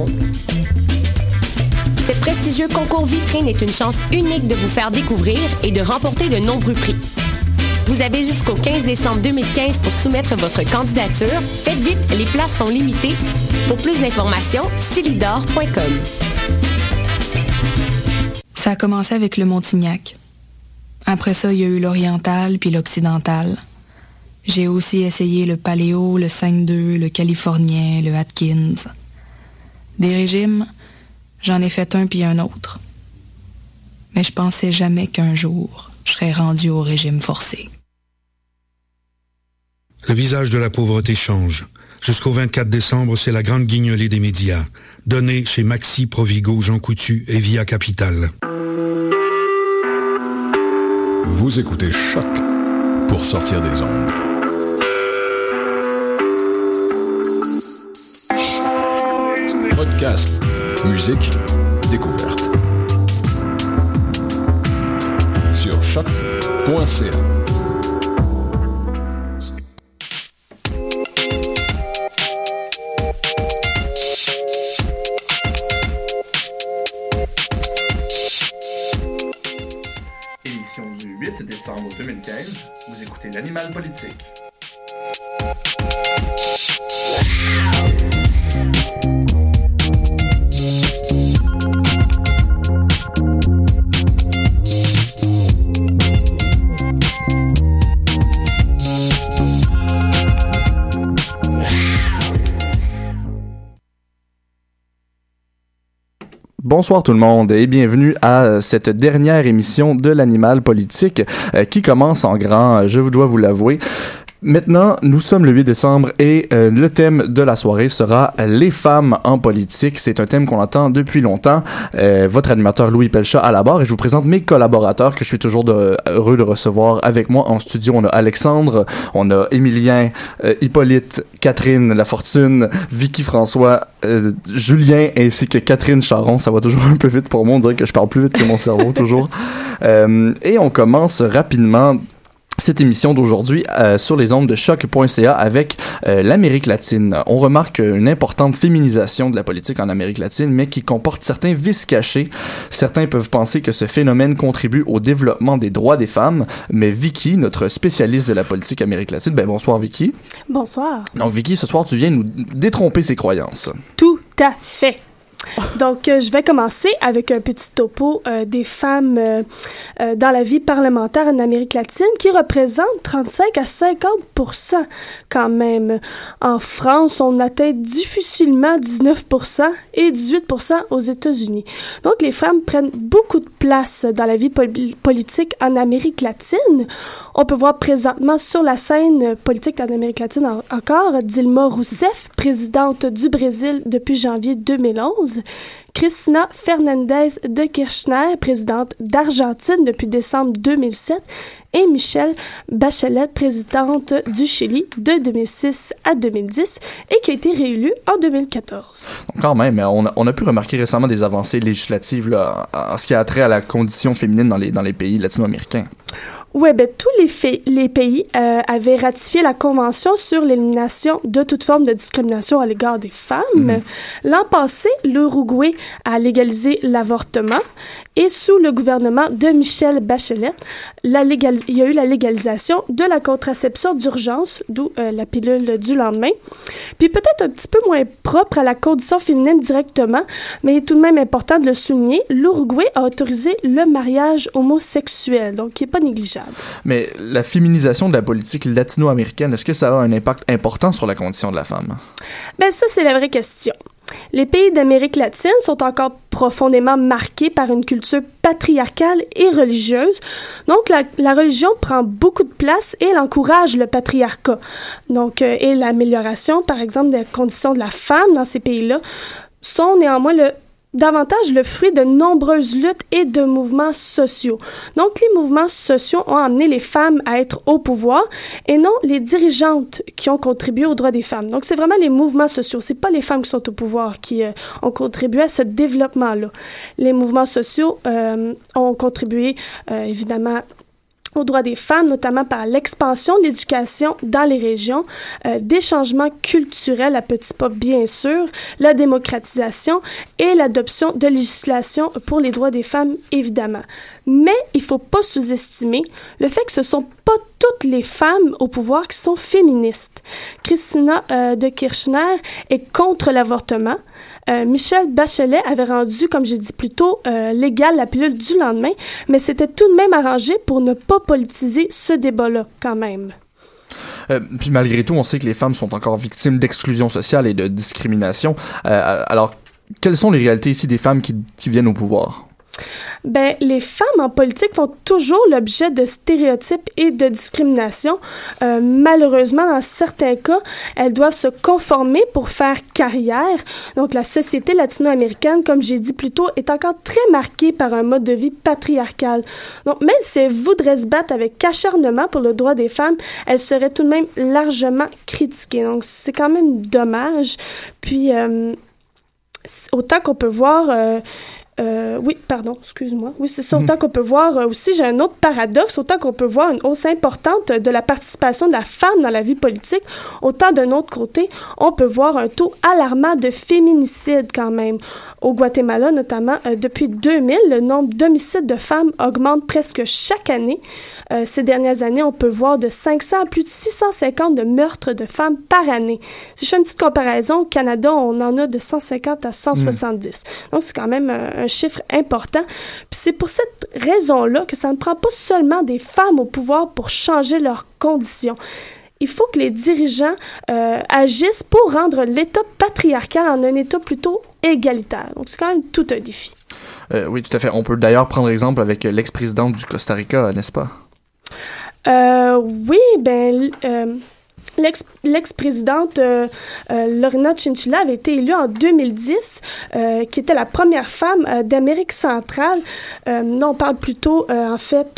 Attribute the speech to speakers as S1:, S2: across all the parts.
S1: monde. Ce prestigieux concours vitrine est une chance unique de vous faire découvrir et de remporter de nombreux prix. Vous avez jusqu'au 15 décembre 2015 pour soumettre votre candidature. Faites vite, les places sont limitées. Pour plus d'informations, stylidor.com.
S2: Ça a commencé avec le Montignac. Après ça, il y a eu l'oriental puis l'occidental. J'ai aussi essayé le paléo, le 5-2, le californien, le Atkins. Des régimes, j'en ai fait un puis un autre. Mais je pensais jamais qu'un jour, je serais rendu au régime forcé.
S3: Le visage de la pauvreté change. Jusqu'au 24 décembre, c'est la grande guignolée des médias. Donnée chez Maxi, Provigo, Jean Coutu et Via Capital.
S4: Vous écoutez Choc pour sortir des ondes. Podcast, musique, découverte. Sur choc.ca.
S5: Édition du 8 décembre 2015, vous écoutez l'Animal politique.
S6: Bonsoir tout le monde et bienvenue à cette dernière émission de l'Animal politique qui commence en grand, je dois vous l'avouer. Maintenant, nous sommes le 8 décembre et le thème de la soirée sera les femmes en politique. C'est un thème qu'on entend depuis longtemps. Votre animateur Louis Pelchat à la barre et je vous présente mes collaborateurs que je suis toujours heureux de recevoir avec moi en studio. On a Alexandre, on a Émilien, Hippolyte, Catherine Lafortune, Vicky François, Julien ainsi que Catherine Charon. Ça va toujours un peu vite pour moi, on dirait que je parle plus vite que mon cerveau toujours. Et on commence rapidement cette émission d'aujourd'hui sur les ondes de choc.ca avec l'Amérique latine. On remarque une importante féminisation de la politique en Amérique latine, mais qui comporte certains vices cachés. Certains peuvent penser que ce phénomène contribue au développement des droits des femmes, mais Vicky, notre spécialiste de la politique Amérique latine, bonsoir Vicky.
S7: Bonsoir.
S6: Donc Vicky, ce soir tu viens nous détromper ces croyances.
S7: Tout à fait. Donc, je vais commencer avec un petit topo des femmes dans la vie parlementaire en Amérique latine qui représentent 35 à 50% quand même. En France, on atteint difficilement 19% et 18% aux États-Unis. Donc, les femmes prennent beaucoup de place dans la vie politique en Amérique latine. On peut voir présentement sur la scène politique en Amérique latine encore Dilma Rousseff, présidente du Brésil depuis janvier 2011. Cristina Fernandez de Kirchner, présidente d'Argentine depuis décembre 2007, et Michelle Bachelet, présidente du Chili de 2006 à 2010 et qui a été réélue en 2014.
S6: Donc quand même, on a pu remarquer récemment des avancées législatives là, en ce qui a trait à la condition féminine dans les pays latino-américains.
S7: Oui, tous les pays avaient ratifié la Convention sur l'élimination de toute forme de discrimination à l'égard des femmes. L'an passé, l'Uruguay a légalisé l'avortement et sous le gouvernement de Michelle Bachelet, il y a eu la légalisation de la contraception d'urgence, d'où la pilule du lendemain. Puis peut-être un petit peu moins propre à la condition féminine directement, mais il est tout de même important de le souligner, l'Uruguay a autorisé le mariage homosexuel, donc qui n'est pas négligeable.
S6: Mais la féminisation de la politique latino-américaine, est-ce que ça a un impact important sur la condition de la femme?
S7: Ça, c'est la vraie question. Les pays d'Amérique latine sont encore profondément marqués par une culture patriarcale et religieuse. Donc, la religion prend beaucoup de place et elle encourage le patriarcat. Donc, et l'amélioration, par exemple, des conditions de la femme dans ces pays-là sont néanmoins davantage le fruit de nombreuses luttes et de mouvements sociaux. Donc, les mouvements sociaux ont amené les femmes à être au pouvoir et non les dirigeantes qui ont contribué aux droits des femmes. Donc, c'est vraiment les mouvements sociaux. C'est pas les femmes qui sont au pouvoir qui ont contribué à ce développement-là. Les mouvements sociaux ont contribué, évidemment, aux droits des femmes, notamment par l'expansion de l'éducation dans les régions, des changements culturels à petits pas, bien sûr, la démocratisation et l'adoption de législation pour les droits des femmes, évidemment. Mais il ne faut pas sous-estimer le fait que ce ne sont pas toutes les femmes au pouvoir qui sont féministes. Christina de Kirchner est contre l'avortement. Michelle Bachelet avait rendu, comme j'ai dit plus tôt, légale la pilule du lendemain, mais c'était tout de même arrangé pour ne pas politiser ce débat-là, quand même.
S6: Puis malgré tout, on sait que les femmes sont encore victimes d'exclusion sociale et de discrimination. Alors, quelles sont les réalités ici des femmes qui viennent au pouvoir?
S7: Ben, les femmes en politique font toujours l'objet de stéréotypes et de discrimination. Malheureusement, dans certains cas, elles doivent se conformer pour faire carrière. Donc, la société latino-américaine, comme j'ai dit plus tôt, est encore très marquée par un mode de vie patriarcal. Donc, même si elles voudraient se battre avec acharnement pour le droit des femmes, elles seraient tout de même largement critiquées. Donc, c'est quand même dommage. Puis, autant qu'on peut voir... Oui, c'est ça. Autant qu'on peut voir aussi, j'ai un autre paradoxe, autant qu'on peut voir une hausse importante de la participation de la femme dans la vie politique, autant d'un autre côté, on peut voir un taux alarmant de féminicide quand même. Au Guatemala, notamment, depuis 2000, le nombre d'homicides de femmes augmente presque chaque année. Ces dernières années, on peut voir de 500 à plus de 650 de meurtres de femmes par année. Si je fais une petite comparaison, au Canada, on en a de 150 à 170. Donc, c'est quand même un chiffre important. Puis c'est pour cette raison-là que ça ne prend pas seulement des femmes au pouvoir pour changer leurs conditions. Il faut que les dirigeants agissent pour rendre l'État patriarcal en un État plutôt égalitaire. Donc, c'est quand même tout un défi.
S6: Oui, tout à fait. On peut d'ailleurs prendre exemple avec l'ex-présidente du Costa Rica, n'est-ce pas?
S7: Oui, l'ex-présidente Lorena Chinchilla avait été élue en 2010, qui était la première femme d'Amérique centrale. Non, on parle plutôt, en fait...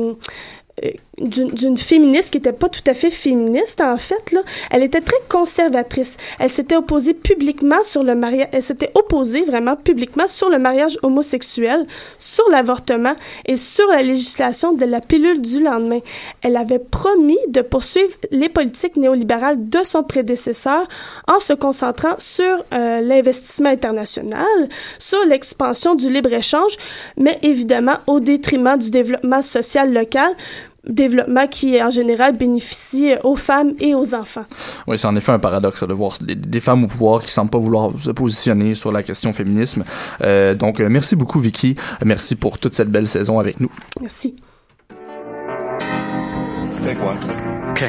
S7: d'une féministe qui n'était pas tout à fait féministe, en fait, là. Elle était très conservatrice. Elle s'était opposée publiquement sur le mariage... Elle s'était opposée vraiment publiquement sur le mariage homosexuel, sur l'avortement et sur la législation de la pilule du lendemain. Elle avait promis de poursuivre les politiques néolibérales de son prédécesseur en se concentrant sur l'investissement international, sur l'expansion du libre-échange, mais évidemment au détriment du développement social local, développement qui, en général, bénéficie aux femmes et aux enfants.
S6: Oui, c'est en effet un paradoxe de voir des femmes au pouvoir qui ne semblent pas vouloir se positionner sur la question féminisme. Donc, merci beaucoup, Vicky. Merci pour toute cette belle saison avec nous.
S7: Merci.
S8: Take one. OK.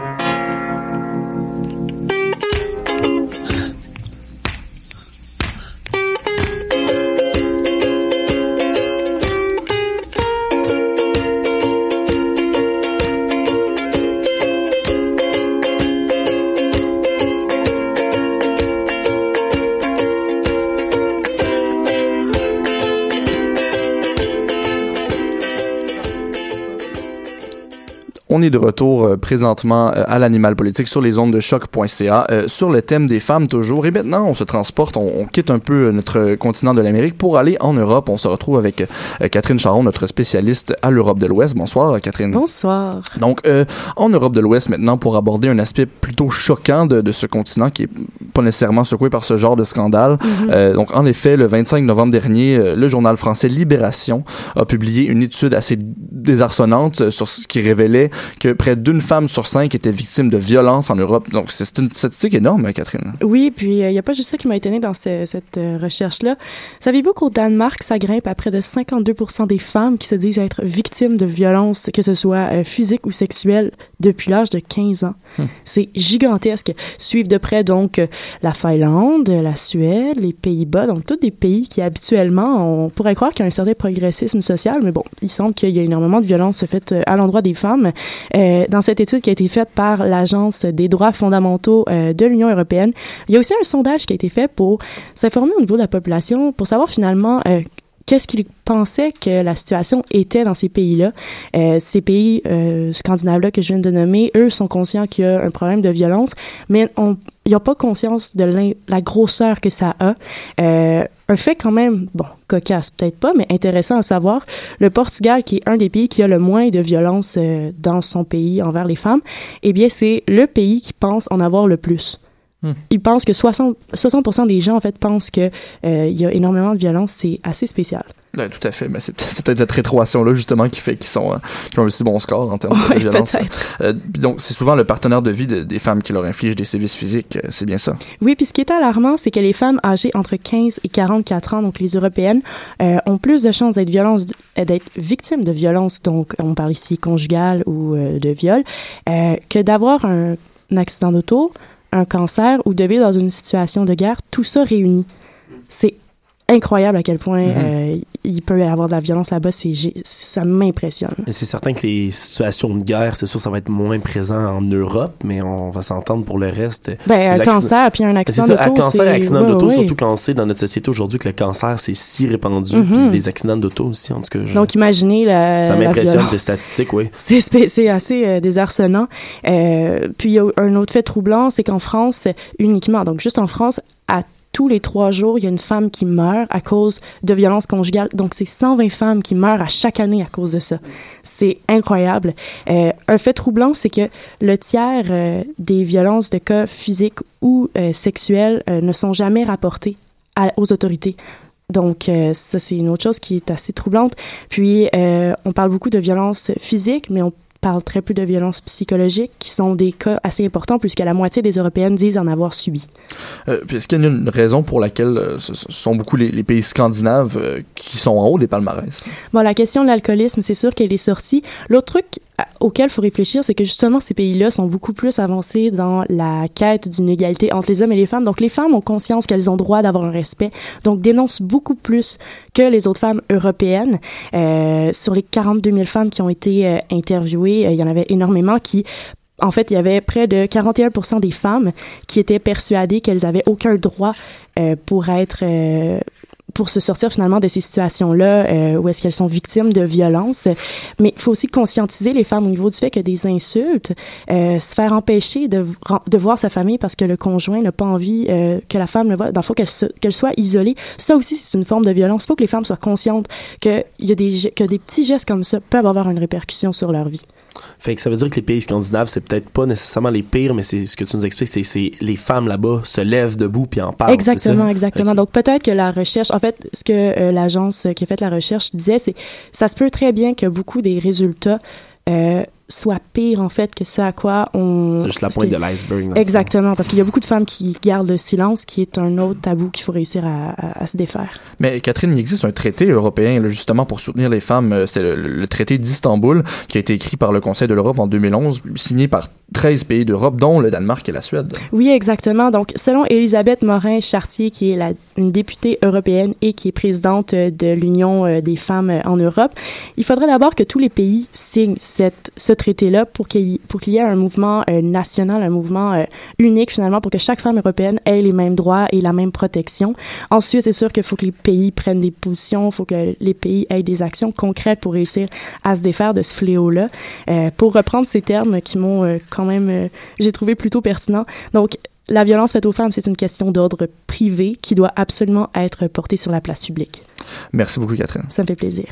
S6: On est de retour présentement à l'Animal Politique sur les ondes de choc.ca sur le thème des femmes toujours. Et maintenant, on se transporte, on quitte un peu notre continent de l'Amérique pour aller en Europe. On se retrouve avec Catherine Charon, notre spécialiste à l'Europe de l'Ouest. Bonsoir, Catherine.
S9: Bonsoir.
S6: Donc, en Europe de l'Ouest maintenant, pour aborder un aspect plutôt choquant de ce continent qui est pas nécessairement secoué par ce genre de scandale. Donc, en effet, le 25 novembre dernier, le journal français Libération a publié une étude assez désarçonnante sur ce qui révélait que près d'une femme sur 5 était victime de violence en Europe. Donc, c'est une statistique énorme, Catherine.
S9: Oui, puis il n'y a pas juste ça qui m'a étonnée dans cette recherche-là. Savez-vous qu'au Danemark, ça grimpe à près de 52% des femmes qui se disent être victimes de violences, que ce soit physiques ou sexuelles, depuis l'âge de 15 ans. C'est gigantesque. Suivent de près, donc, la Finlande, la Suède, les Pays-Bas, donc tous des pays qui, habituellement, on pourrait croire qu'il y a un certain progressisme social, mais bon, il semble qu'il y a énormément de violences faites à l'endroit des femmes. Dans cette étude qui a été faite par l'Agence des droits fondamentaux de l'Union européenne, il y a aussi un sondage qui a été fait pour s'informer au niveau de la population, pour savoir finalement qu'est-ce qu'ils pensaient que la situation était dans ces pays-là. Ces pays scandinaves-là que je viens de nommer, eux sont conscients qu'il y a un problème de violence, mais ils n'ont pas conscience de la grosseur que ça a. Un fait quand même, bon, cocasse peut-être pas, mais intéressant à savoir, le Portugal, qui est un des pays qui a le moins de violence dans son pays envers les femmes, eh bien, c'est le pays qui pense en avoir le plus. Ils pensent que 60% des gens, en fait, pensent que il y a énormément de violence. C'est assez spécial.
S6: Ouais, tout à fait. Mais c'est peut-être cette rétroation-là, justement, qui fait qu'ils ont un aussi bon score en termes de violence.
S9: Peut-être.
S6: Donc, c'est souvent le partenaire de vie des femmes qui leur infligent des sévices physiques. C'est bien ça?
S9: Oui, puis ce qui est alarmant, c'est que les femmes âgées entre 15 et 44 ans, donc les Européennes, ont plus de chances d'être victimes de violences, donc on parle ici conjugale ou de viol, que d'avoir un accident d'auto, un cancer ou de vivre dans une situation de guerre, tout ça réuni. C'est incroyable à quel point il peut y avoir de la violence là-bas. Ça m'impressionne.
S10: Et c'est certain que les situations de guerre, c'est sûr, ça va être moins présent en Europe, mais on va s'entendre pour le reste.
S9: Un cancer puis un accident d'auto.
S10: Un cancer et accident d'auto, surtout quand on sait dans notre société aujourd'hui que le cancer, c'est si répandu, puis les accidents d'auto aussi, en tout cas. Donc,
S9: imaginez
S10: ça m'impressionne, les statistiques, oui.
S9: C'est assez désarçonnant. Puis, il y a un autre fait troublant, c'est qu'en France, uniquement, donc juste en France, à tous les 3 jours, il y a une femme qui meurt à cause de violences conjugales. Donc, c'est 120 femmes qui meurent à chaque année à cause de ça. C'est incroyable. Un fait troublant, c'est que le tiers des violences de cas physiques ou sexuels ne sont jamais rapportés aux autorités. Donc, ça, c'est une autre chose qui est assez troublante. Puis, on parle beaucoup de violences physiques, mais on parle très peu de violences psychologiques, qui sont des cas assez importants, puisque la moitié des Européennes disent en avoir subi.
S6: Puis est-ce qu'il y a une raison pour laquelle ce sont beaucoup les pays scandinaves qui sont en haut des palmarès?
S9: Bon, la question de l'alcoolisme, c'est sûr qu'elle est sortie. L'autre truc auquel il faut réfléchir, c'est que justement, ces pays-là sont beaucoup plus avancés dans la quête d'une égalité entre les hommes et les femmes. Donc, les femmes ont conscience qu'elles ont droit d'avoir un respect, donc dénoncent beaucoup plus que les autres femmes européennes. Sur les 42 000 femmes qui ont été interviewées, il y en avait énormément qui... En fait, il y avait près de 41% des femmes qui étaient persuadées qu'elles avaient aucun droit pour se sortir finalement de ces situations-là où est-ce qu'elles sont victimes de violences. Mais il faut aussi conscientiser les femmes au niveau du fait que des insultes, se faire empêcher de voir sa famille parce que le conjoint n'a pas envie que la femme le voit, dans le fond qu'elle soit isolée, ça aussi c'est une forme de violence. Il faut que les femmes soient conscientes que des petits gestes comme ça peuvent avoir une répercussion sur leur vie.
S10: Fait que ça veut dire que les pays scandinaves, c'est peut-être pas nécessairement les pires, mais c'est ce que tu nous expliques, c'est les femmes là-bas se lèvent debout puis en parlent.
S9: Exactement.
S10: Okay.
S9: Donc peut-être que la recherche, en fait, ce que l'agence qui a fait la recherche disait, c'est ça se peut très bien que beaucoup des résultats soit pire en fait que ce à quoi on...
S10: C'est juste la pointe de l'iceberg.
S9: Exactement, parce qu'il y a beaucoup de femmes qui gardent le silence, qui est un autre tabou qu'il faut réussir à se défaire.
S6: Mais Catherine, il existe un traité européen là, justement pour soutenir les femmes. C'est le traité d'Istanbul qui a été écrit par le Conseil de l'Europe en 2011, signé par 13 pays d'Europe, dont le Danemark et la Suède.
S9: Oui, exactement. Donc, selon Elisabeth Morin-Chartier, qui est une députée européenne et qui est présidente de l'Union des femmes en Europe, il faudrait d'abord que tous les pays signent ce traité-là pour qu'il y ait un mouvement national, un mouvement unique finalement, pour que chaque femme européenne ait les mêmes droits et la même protection. Ensuite, c'est sûr qu'il faut que les pays prennent des positions, il faut que les pays aient des actions concrètes pour réussir à se défaire de ce fléau-là. Pour reprendre ces termes qui m'ont quand même, j'ai trouvé plutôt pertinents. Donc, la violence faite aux femmes, c'est une question d'ordre privé qui doit absolument être portée sur la place publique.
S6: Merci beaucoup, Catherine.
S9: Ça me fait plaisir.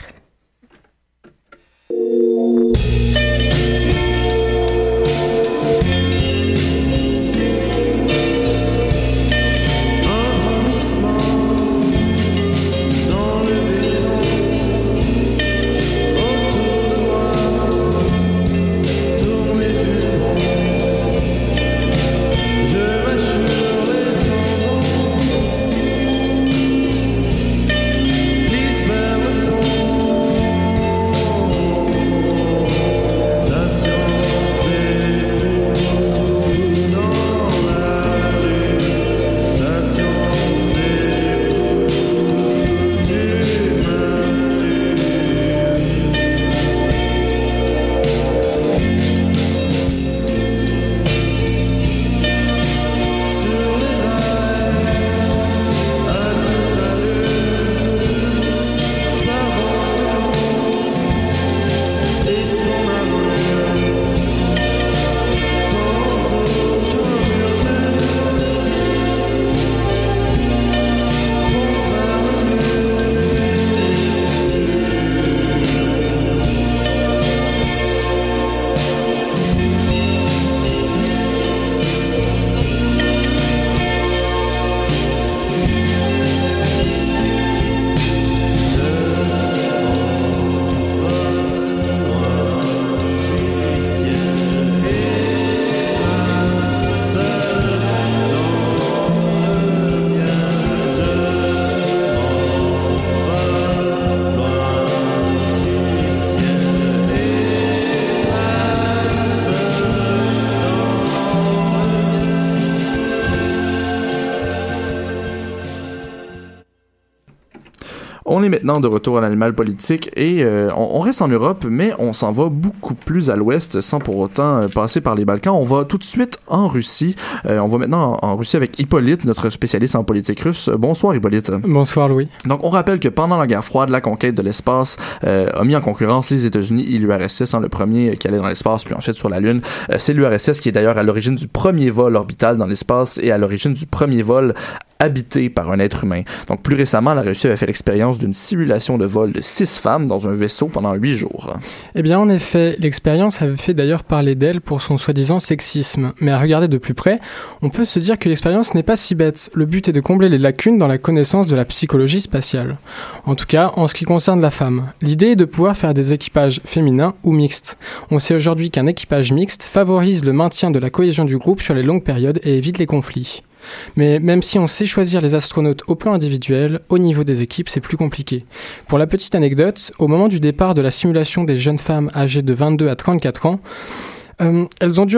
S6: On est maintenant de retour à l'animal politique et on reste en Europe, mais on s'en va beaucoup plus à l'ouest sans pour autant passer par les Balkans. On va tout de suite en Russie. On va maintenant en Russie avec Hippolyte, notre spécialiste en politique russe. Bonsoir Hippolyte.
S11: Bonsoir Louis.
S6: Donc on rappelle que pendant la guerre froide, la conquête de l'espace a mis en concurrence les États-Unis et l'URSS, le premier qui allait dans l'espace puis ensuite sur la Lune. C'est l'URSS qui est d'ailleurs à l'origine du premier vol orbital dans l'espace et à l'origine du premier vol habité par un être humain. Donc, plus récemment, la Russie avait fait l'expérience d'une simulation de vol de 6 femmes dans un vaisseau pendant 8 jours.
S11: Eh bien, en effet, l'expérience avait fait d'ailleurs parler d'elle pour son soi-disant sexisme. Mais à regarder de plus près, on peut se dire que l'expérience n'est pas si bête. Le but est de combler les lacunes dans la connaissance de la psychologie spatiale. En tout cas, en ce qui concerne la femme. L'idée est de pouvoir faire des équipages féminins ou mixtes. On sait aujourd'hui qu'un équipage mixte favorise le maintien de la cohésion du groupe sur les longues périodes et évite les conflits. Mais même si on sait choisir les astronautes au plan individuel, au niveau des équipes, c'est plus compliqué. Pour la petite anecdote, au moment du départ de la simulation des jeunes femmes âgées de 22 à 34 ans, elles ont dû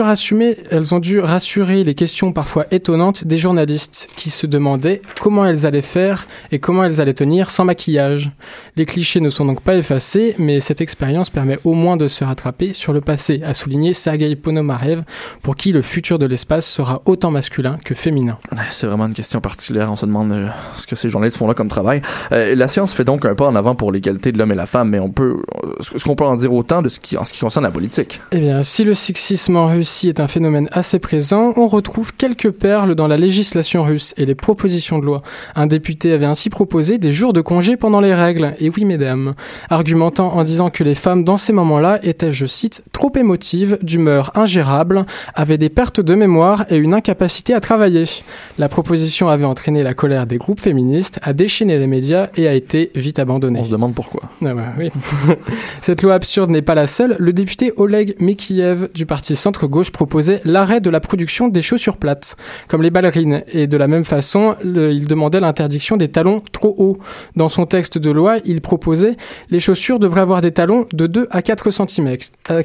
S11: rassurer les questions parfois étonnantes des journalistes qui se demandaient comment elles allaient faire et comment elles allaient tenir sans maquillage. Les clichés ne sont donc pas effacés, mais cette expérience permet au moins de se rattraper sur le passé, a souligné Sergei Ponomarev, pour qui le futur de l'espace sera autant masculin que féminin.
S6: C'est vraiment une question particulière. On se demande ce que ces journalistes font là comme travail. La science fait donc un pas en avant pour l'égalité de l'homme et la femme, mais est-ce qu'on peut en dire autant en ce qui concerne la politique?
S11: Eh bien, si le sexisme en Russie est un phénomène assez présent, on retrouve quelques perles dans la législation russe et les propositions de loi. Un député avait ainsi proposé des jours de congé pendant les règles, et oui mesdames, argumentant en disant que les femmes dans ces moments-là étaient, je cite, trop émotives, d'humeur ingérable, avaient des pertes de mémoire et une incapacité à travailler. La proposition avait entraîné la colère des groupes féministes, a déchaîné les médias et a été vite abandonnée.
S6: On se demande pourquoi.
S11: Ah bah, oui. Cette loi absurde n'est pas la seule. Le député Oleg Mikiev du parti centre-gauche proposait l'arrêt de la production des chaussures plates, comme les ballerines, et de la même façon, il demandait l'interdiction des talons trop hauts. Dans son texte de loi, il proposait « Les chaussures devraient avoir des talons de 2 à 4 cm,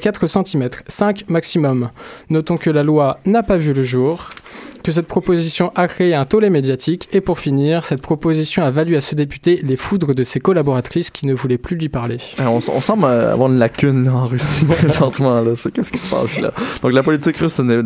S11: 5 maximum ». Notons que la loi n'a pas vu le jour, que cette proposition a créé un tollé médiatique, et pour finir, cette proposition a valu à ce député les foudres de ses collaboratrices qui ne voulaient plus lui parler.
S6: On semble avoir une lacune là, en Russie présentement. Qu'est-ce qui se passe là? Donc la politique russe n'est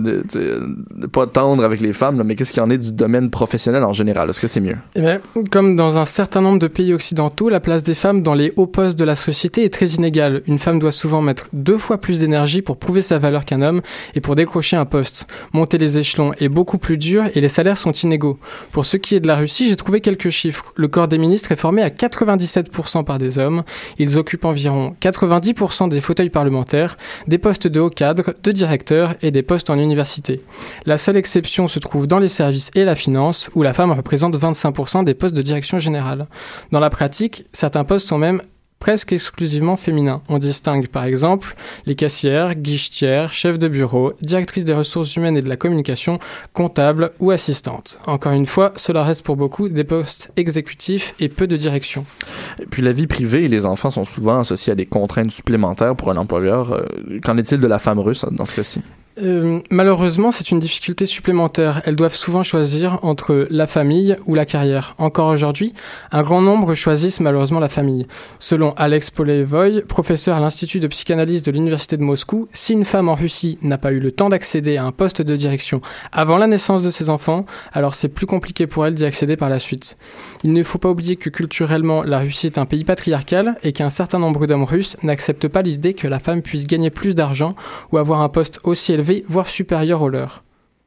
S6: pas tendre avec les femmes, là, mais qu'est-ce qu'il y en est du domaine professionnel en général? Est-ce que c'est mieux?
S11: Eh bien, comme dans un certain nombre de pays occidentaux, la place des femmes dans les hauts postes de la société est très inégale. Une femme doit souvent mettre 2 fois plus d'énergie pour prouver sa valeur qu'un homme et pour décrocher un poste. Monter les échelons est beaucoup plus dur et les salaires sont inégaux. Pour ce qui est de la Russie, j'ai trouvé quelques chiffres. Le corps des ministres est formé à 97% par des hommes. Ils occupent environ 90% des fauteuils parlementaires, des postes de haut cadre, de directeurs et des postes en université. La seule exception se trouve dans les services et la finance, où la femme représente 25% des postes de direction générale. Dans la pratique, certains postes sont même presque exclusivement féminins. On distingue par exemple les caissières, guichetières, chefs de bureau, directrices des ressources humaines et de la communication, comptables ou assistantes. Encore une fois, cela reste pour beaucoup des postes exécutifs et peu de direction.
S6: Et puis la vie privée et les enfants sont souvent associés à des contraintes supplémentaires pour un employeur. Qu'en est-il de la femme russe dans ce cas-ci?
S11: Malheureusement, c'est une difficulté supplémentaire. Elles doivent souvent choisir entre la famille ou la carrière. Encore aujourd'hui, un grand nombre choisissent malheureusement la famille. Selon Alex Polevoy, professeur à l'Institut de psychanalyse de l'Université de Moscou, si une femme en Russie n'a pas eu le temps d'accéder à un poste de direction avant la naissance de ses enfants, alors c'est plus compliqué pour elle d'y accéder par la suite. Il ne faut pas oublier que culturellement, la Russie est un pays patriarcal et qu'un certain nombre d'hommes russes n'acceptent pas l'idée que la femme puisse gagner plus d'argent ou avoir un poste aussi élevé voire supérieur au leur.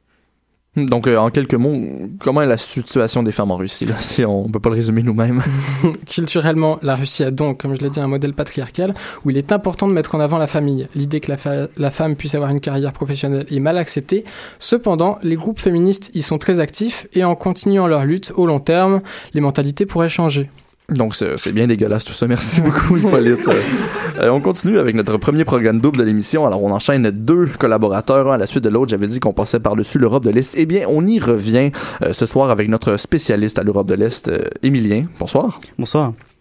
S6: Donc, en quelques mots, comment est la situation des femmes en Russie, là, si on ne peut pas le résumer nous-mêmes?
S11: Culturellement, la Russie a donc, comme je l'ai dit, un modèle patriarcal où il est important de mettre en avant la famille. L'idée que la femme puisse avoir une carrière professionnelle est mal acceptée. Cependant, les groupes féministes y sont très actifs et en continuant leur lutte au long terme, les mentalités pourraient changer.
S6: Donc, c'est bien dégueulasse tout ça. Merci beaucoup, Hippolyte. On continue avec notre premier programme double de l'émission. Alors, on enchaîne 2 collaborateurs, un à la suite de l'autre. J'avais dit qu'on passait par-dessus l'Europe de l'Est. Eh bien, on y revient ce soir avec notre spécialiste à l'Europe de l'Est, Émilien. Bonsoir.
S12: Bonsoir.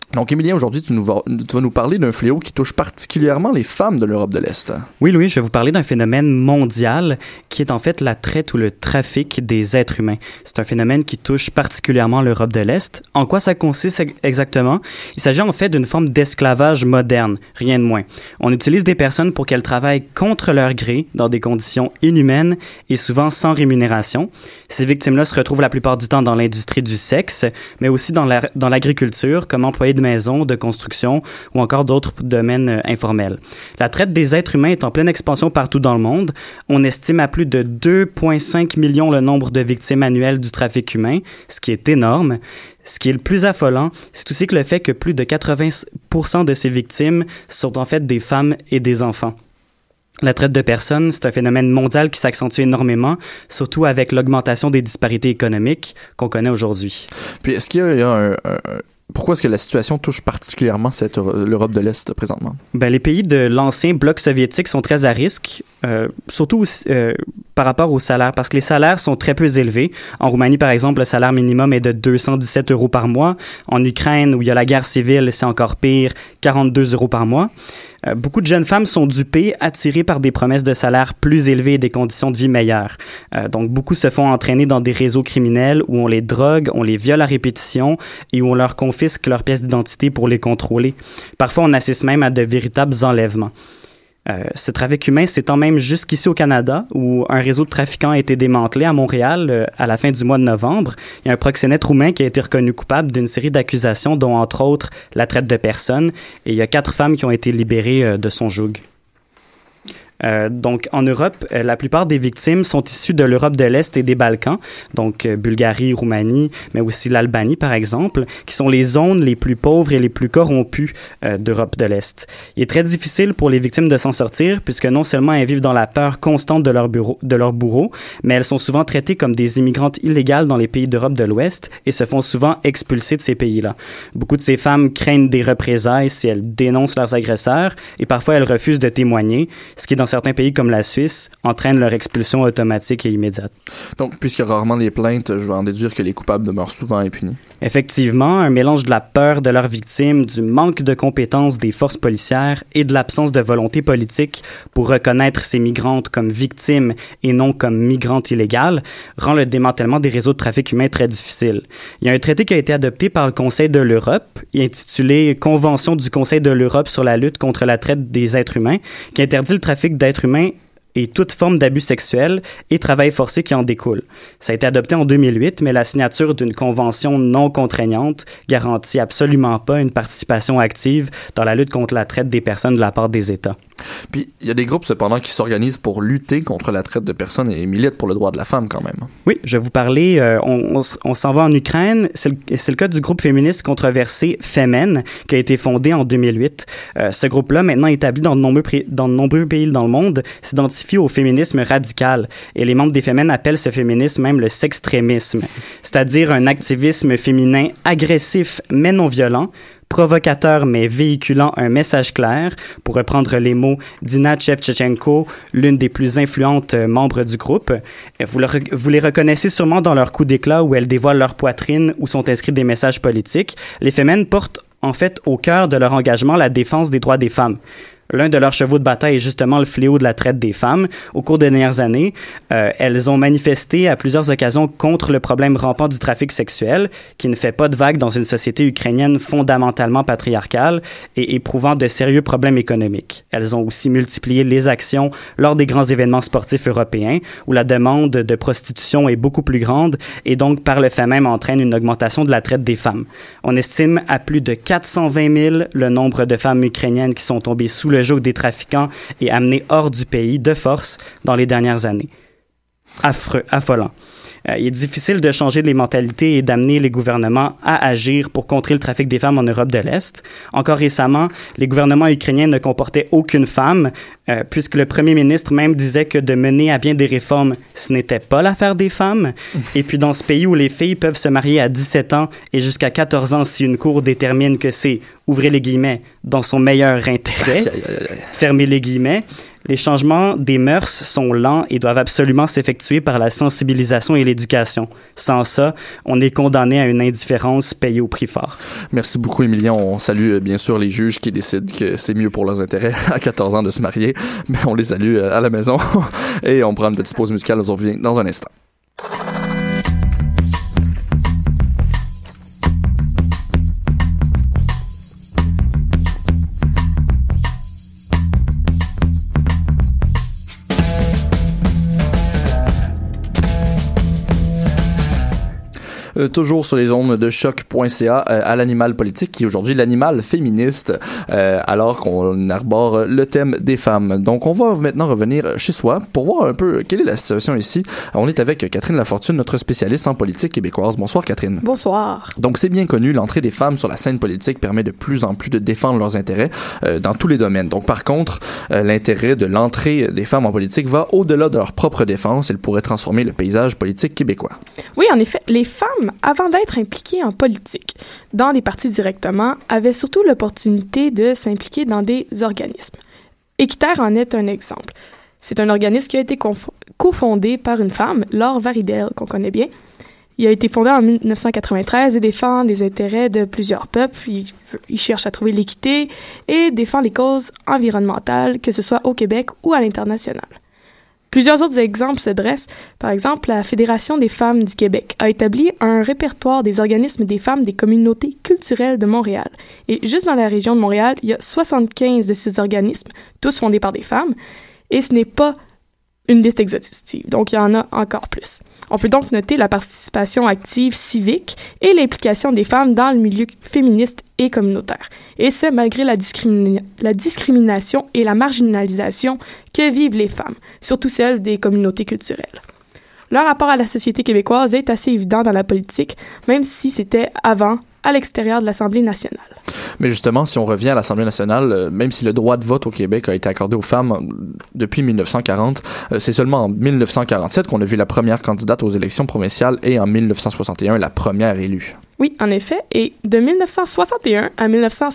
S6: Donc, Émilien, aujourd'hui, tu vas nous parler d'un fléau qui touche particulièrement les femmes de l'Europe de l'Est.
S12: Oui, Louis, je vais vous parler d'un phénomène mondial qui est en fait la traite ou le trafic des êtres humains. C'est un phénomène qui touche particulièrement l'Europe de l'Est. En quoi ça consiste exactement? Il s'agit en fait d'une forme d'esclavage moderne, rien de moins. On utilise des personnes pour qu'elles travaillent contre leur gré, dans des conditions inhumaines et souvent sans rémunération. Ces victimes-là se retrouvent la plupart du temps dans l'industrie du sexe, mais aussi dans l'agriculture, comme employés de maison, de construction ou encore d'autres domaines informels. La traite des êtres humains est en pleine expansion partout dans le monde. On estime à plus de 2,5 millions le nombre de victimes annuelles du trafic humain, ce qui est énorme. Ce qui est le plus affolant, c'est aussi que le fait que plus de 80% de ces victimes sont en fait des femmes et des enfants. La traite de personnes, c'est un phénomène mondial qui s'accentue énormément, surtout avec l'augmentation des disparités économiques qu'on connaît aujourd'hui.
S6: Puis est-ce qu'il y a pourquoi est-ce que la situation touche particulièrement l'Europe de l'Est présentement? Ben,
S12: les pays de l'ancien bloc soviétique sont très à risque, surtout par rapport aux salaires, parce que les salaires sont très peu élevés. En Roumanie, par exemple, le salaire minimum est de 217 € par mois. En Ukraine, où il y a la guerre civile, c'est encore pire, 42 € par mois. Beaucoup de jeunes femmes sont dupées, attirées par des promesses de salaires plus élevés et des conditions de vie meilleures. Donc, beaucoup se font entraîner dans des réseaux criminels où on les drogue, on les viole à répétition et où on leur confisque leurs pièces d'identité pour les contrôler. Parfois, on assiste même à de véritables enlèvements. Ce trafic humain s'étend même jusqu'ici au Canada, où un réseau de trafiquants a été démantelé à Montréal à la fin du mois de novembre. Il y a un proxénète roumain qui a été reconnu coupable d'une série d'accusations, dont entre autres la traite de personnes, et il y a 4 femmes qui ont été libérées de son joug. Donc, en Europe, la plupart des victimes sont issues de l'Europe de l'Est et des Balkans, donc Bulgarie, Roumanie, mais aussi l'Albanie, par exemple, qui sont les zones les plus pauvres et les plus corrompues d'Europe de l'Est. Il est très difficile pour les victimes de s'en sortir, puisque non seulement elles vivent dans la peur constante de leur bourreau, mais elles sont souvent traitées comme des immigrantes illégales dans les pays d'Europe de l'Ouest et se font souvent expulser de ces pays-là. Beaucoup de ces femmes craignent des représailles si elles dénoncent leurs agresseurs, et parfois elles refusent de témoigner, ce qui est dans certains pays comme la Suisse, entraîne leur expulsion automatique et immédiate.
S6: Donc, puisqu'il y a rarement des plaintes, je vais en déduire que les coupables demeurent souvent impunis.
S12: Effectivement, un mélange de la peur de leurs victimes, du manque de compétences des forces policières et de l'absence de volonté politique pour reconnaître ces migrantes comme victimes et non comme migrantes illégales rend le démantèlement des réseaux de trafic humain très difficile. Il y a un traité qui a été adopté par le Conseil de l'Europe, intitulé « Convention du Conseil de l'Europe sur la lutte contre la traite des êtres humains », qui interdit le trafic d'êtres humains et toute forme d'abus sexuel et travail forcé qui en découle. Ça a été adopté en 2008, mais la signature d'une convention non contraignante garantit absolument pas une participation active dans la lutte contre la traite des personnes de la part des États.
S6: Puis, il y a des groupes, cependant, qui s'organisent pour lutter contre la traite de personnes et militent pour le droit de la femme, quand même.
S12: Oui, je vais vous parler, on s'en va en Ukraine. C'est le cas du groupe féministe controversé Femen, qui a été fondé en 2008. Ce groupe-là, maintenant établi dans de nombreux pays dans le monde, s'identifie au féminisme radical. Et les membres des Femen appellent ce féminisme même le sextrémisme, c'est-à-dire un activisme féminin agressif mais non violent, provocateur mais véhiculant un message clair, pour reprendre les mots d'Ina Shevchenko, l'une des plus influentes membres du groupe. Vous les reconnaissez sûrement dans leurs coups d'éclat où elles dévoilent leur poitrine où sont inscrits des messages politiques. Les Femen portent en fait au cœur de leur engagement la défense des droits des femmes. L'un de leurs chevaux de bataille est justement le fléau de la traite des femmes. Au cours des dernières années, elles ont manifesté à plusieurs occasions contre le problème rampant du trafic sexuel, qui ne fait pas de vague dans une société ukrainienne fondamentalement patriarcale et éprouvant de sérieux problèmes économiques. Elles ont aussi multiplié les actions lors des grands événements sportifs européens, où la demande de prostitution est beaucoup plus grande et donc par le fait même entraîne une augmentation de la traite des femmes. On estime à plus de 420 000 le nombre de femmes ukrainiennes qui sont tombées sous le joug des trafiquants et amenés hors du pays de force dans les dernières années. Affolant. Il est difficile de changer les mentalités et d'amener les gouvernements à agir pour contrer le trafic des femmes en Europe de l'Est. Encore récemment, les gouvernements ukrainiens ne comportaient aucune femme, puisque le premier ministre même disait que de mener à bien des réformes, ce n'était pas l'affaire des femmes. Et puis dans ce pays où les filles peuvent se marier à 17 ans et jusqu'à 14 ans si une cour détermine que c'est, ouvrez les guillemets, dans son meilleur intérêt, fermez les guillemets, Les changements des mœurs sont lents et doivent absolument s'effectuer par la sensibilisation et l'éducation. Sans ça, on est condamné à une indifférence payée au prix fort.
S6: Merci beaucoup, Émilien. On salue bien sûr les juges qui décident que c'est mieux pour leurs intérêts à 14 ans de se marier, mais on les salue à la maison et on prend une petite pause musicale. On revient dans un instant. Toujours sur les ondes de choc.ca à l'animal politique, qui est aujourd'hui l'animal féministe, alors qu'on arbore le thème des femmes. Donc, on va maintenant revenir chez soi pour voir un peu quelle est la situation ici. On est avec Catherine Lafortune, notre spécialiste en politique québécoise. Bonsoir, Catherine.
S9: Bonsoir.
S6: Donc, c'est bien connu, l'entrée des femmes sur la scène politique permet de plus en plus de défendre leurs intérêts dans tous les domaines. Donc, par contre, l'intérêt de l'entrée des femmes en politique va au-delà de leur propre défense. Elle pourrait transformer le paysage politique québécois.
S9: Oui, en effet, les femmes, avant d'être impliquées en politique, dans des partis directement, avaient surtout l'opportunité de s'impliquer dans des organismes. Équiterre en est un exemple. C'est un organisme qui a été cofondé par une femme, Laure Varidel, qu'on connaît bien. Il a été fondé en 1993 et défend les intérêts de plusieurs peuples. Il cherche à trouver l'équité et défend les causes environnementales, que ce soit au Québec ou à l'international. Plusieurs autres exemples se dressent. Par exemple, la Fédération des femmes du Québec a établi un répertoire des organismes des femmes des communautés culturelles de Montréal. Et juste dans la région de Montréal, il y a 75 de ces organismes, tous fondés par des femmes. Et ce n'est pas une liste exhaustive, donc il y en a encore plus. On peut donc noter la participation active civique et l'implication des femmes dans le milieu féministe et communautaire, et ce, malgré la discrimination et la marginalisation que vivent les femmes, surtout celles des communautés culturelles. Leur rapport à la société québécoise est assez évident dans la politique, même si c'était avant, à l'extérieur de l'Assemblée nationale.
S6: Mais justement, si on revient à l'Assemblée nationale, même si le droit de vote au Québec a été accordé aux femmes depuis 1940, c'est seulement en 1947 qu'on a vu la première candidate aux élections provinciales et en 1961 la première élue.
S9: Oui, en effet, et de 1961 à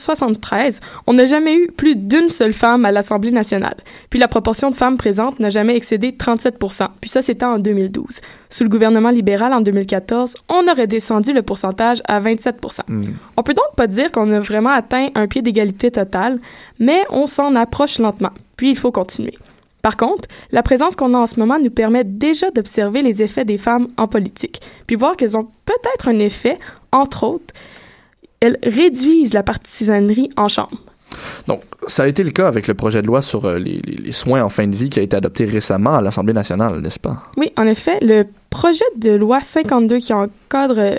S9: 1973, on n'a jamais eu plus d'une seule femme à l'Assemblée nationale. Puis la proportion de femmes présentes n'a jamais excédé 37%, puis ça c'était en 2012. Sous le gouvernement libéral en 2014, on aurait descendu le pourcentage à 27%. On peut donc pas dire qu'on a vraiment atteint un pied d'égalité totale, mais on s'en approche lentement, puis il faut continuer. Par contre, la présence qu'on a en ce moment nous permet déjà d'observer les effets des femmes en politique, puis voir qu'elles ont peut-être un effet, entre autres, elles réduisent la partisanerie en chambre.
S6: Donc, ça a été le cas avec le projet de loi sur les soins en fin de vie qui a été adopté récemment à l'Assemblée nationale, n'est-ce pas? Oui,
S9: en effet, le projet de loi 52 qui encadre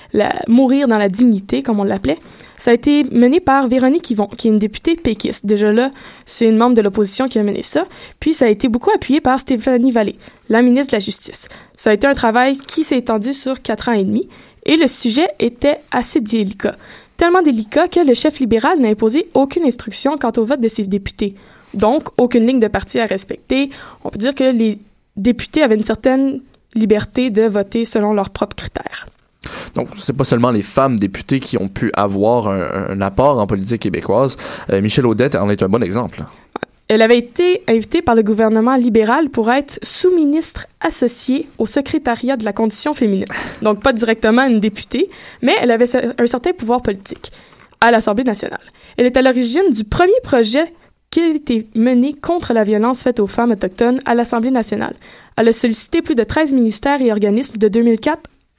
S9: mourir dans la dignité, comme on l'appelait, ça a été mené par Véronique Yvon, qui est une députée péquiste. Déjà là, c'est une membre de l'opposition qui a mené ça. Puis ça a été beaucoup appuyé par Stéphanie Vallée, la ministre de la Justice. Ça a été un travail qui s'est étendu sur 4 ans et demi. Et le sujet était assez délicat. Tellement délicat que le chef libéral n'a imposé aucune instruction quant au vote de ses députés. Donc, aucune ligne de parti à respecter. On peut dire que les députés avaient une certaine liberté de voter selon leurs propres critères.
S6: Donc, c'est pas seulement les femmes députées qui ont pu avoir un apport en politique québécoise. Michèle Audette en est un bon exemple.
S9: Elle avait été invitée par le gouvernement libéral pour être sous-ministre associée au secrétariat de la condition féminine. Donc, pas directement une députée, mais elle avait un certain pouvoir politique à l'Assemblée nationale. Elle est à l'origine du premier projet qui a été mené contre la violence faite aux femmes autochtones à l'Assemblée nationale. Elle a sollicité plus de 13 ministères et organismes de 2004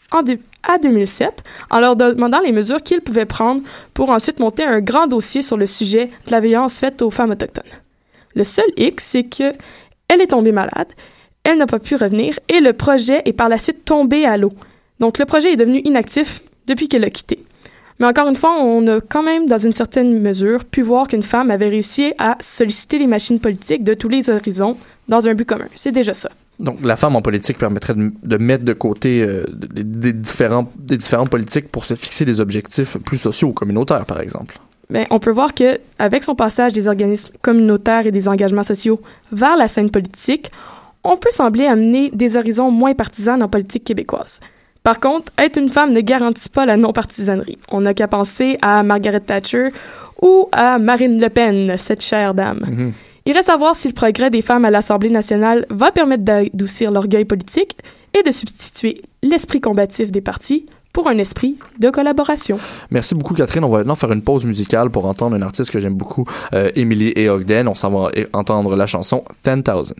S9: à 2007 en leur demandant les mesures qu'ils pouvaient prendre pour ensuite monter un grand dossier sur le sujet de la violence faite aux femmes autochtones. Le seul hic, c'est que elle est tombée malade, elle n'a pas pu revenir et le projet est par la suite tombé à l'eau. Donc le projet est devenu inactif depuis qu'elle a quitté. Mais encore une fois, on a quand même, dans une certaine mesure, pu voir qu'une femme avait réussi à solliciter les machines politiques de tous les horizons dans un but commun. C'est déjà ça.
S6: Donc, la femme en politique permettrait de mettre de côté des différentes politiques pour se fixer des objectifs plus sociaux ou communautaires, par exemple.
S9: Bien, on peut voir que avec son passage des organismes communautaires et des engagements sociaux vers la scène politique, on peut sembler amener des horizons moins partisans en politique québécoise. Par contre, être une femme ne garantit pas la non-partisanerie. On n'a qu'à penser à Margaret Thatcher ou à Marine Le Pen, cette chère dame.
S13: Il reste à voir si le progrès des femmes à l'Assemblée nationale va permettre d'adoucir l'orgueil politique et de substituer l'esprit combatif des partis pour un esprit de collaboration.
S6: Merci beaucoup, Catherine. On va maintenant faire une pause musicale pour entendre un artiste que j'aime beaucoup, Emily et Ogden. On s'en va entendre la chanson 10,000.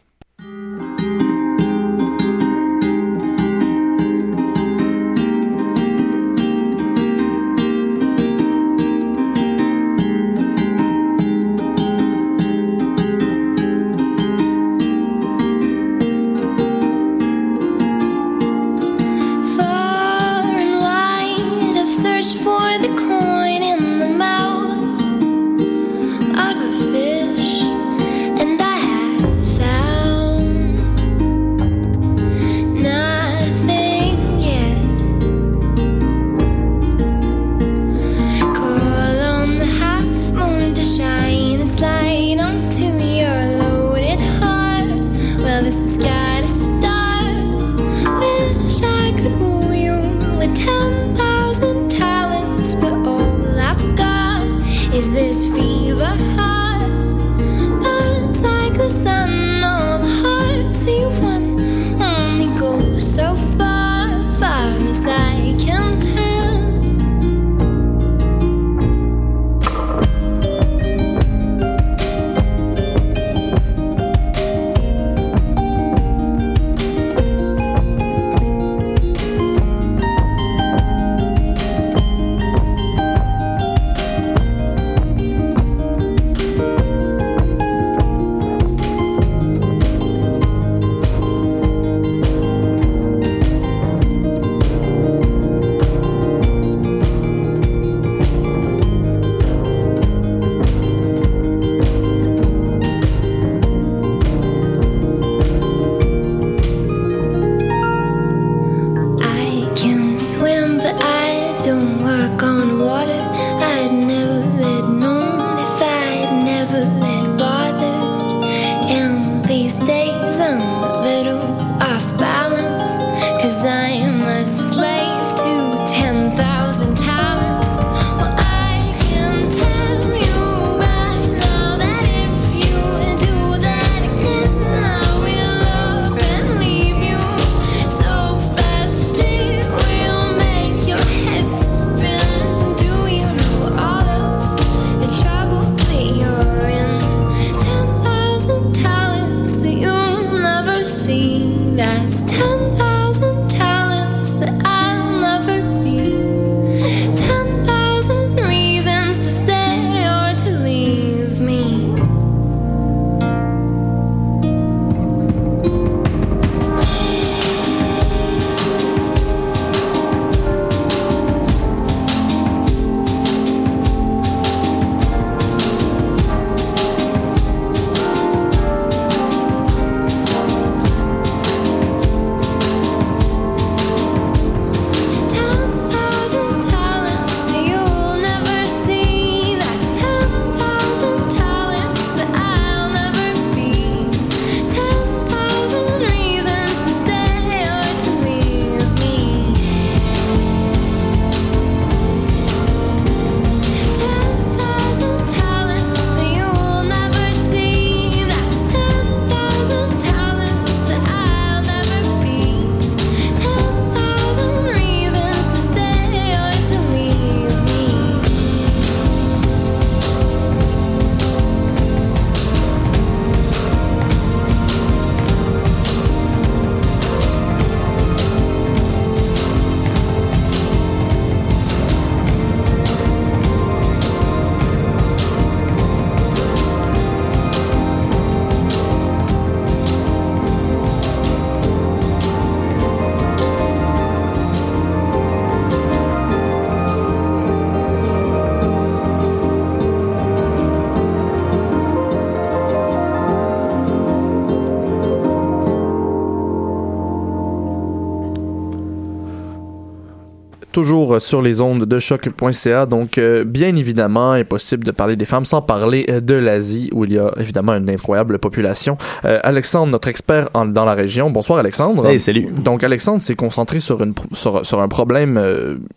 S6: toujours sur les ondes de choc.ca. Donc, bien évidemment, impossible de parler des femmes sans parler de l'Asie, où il y a évidemment une incroyable population. Alexandre, notre expert dans la région. Bonsoir, Alexandre.
S10: Hey, salut.
S6: Donc, Alexandre s'est concentré sur un problème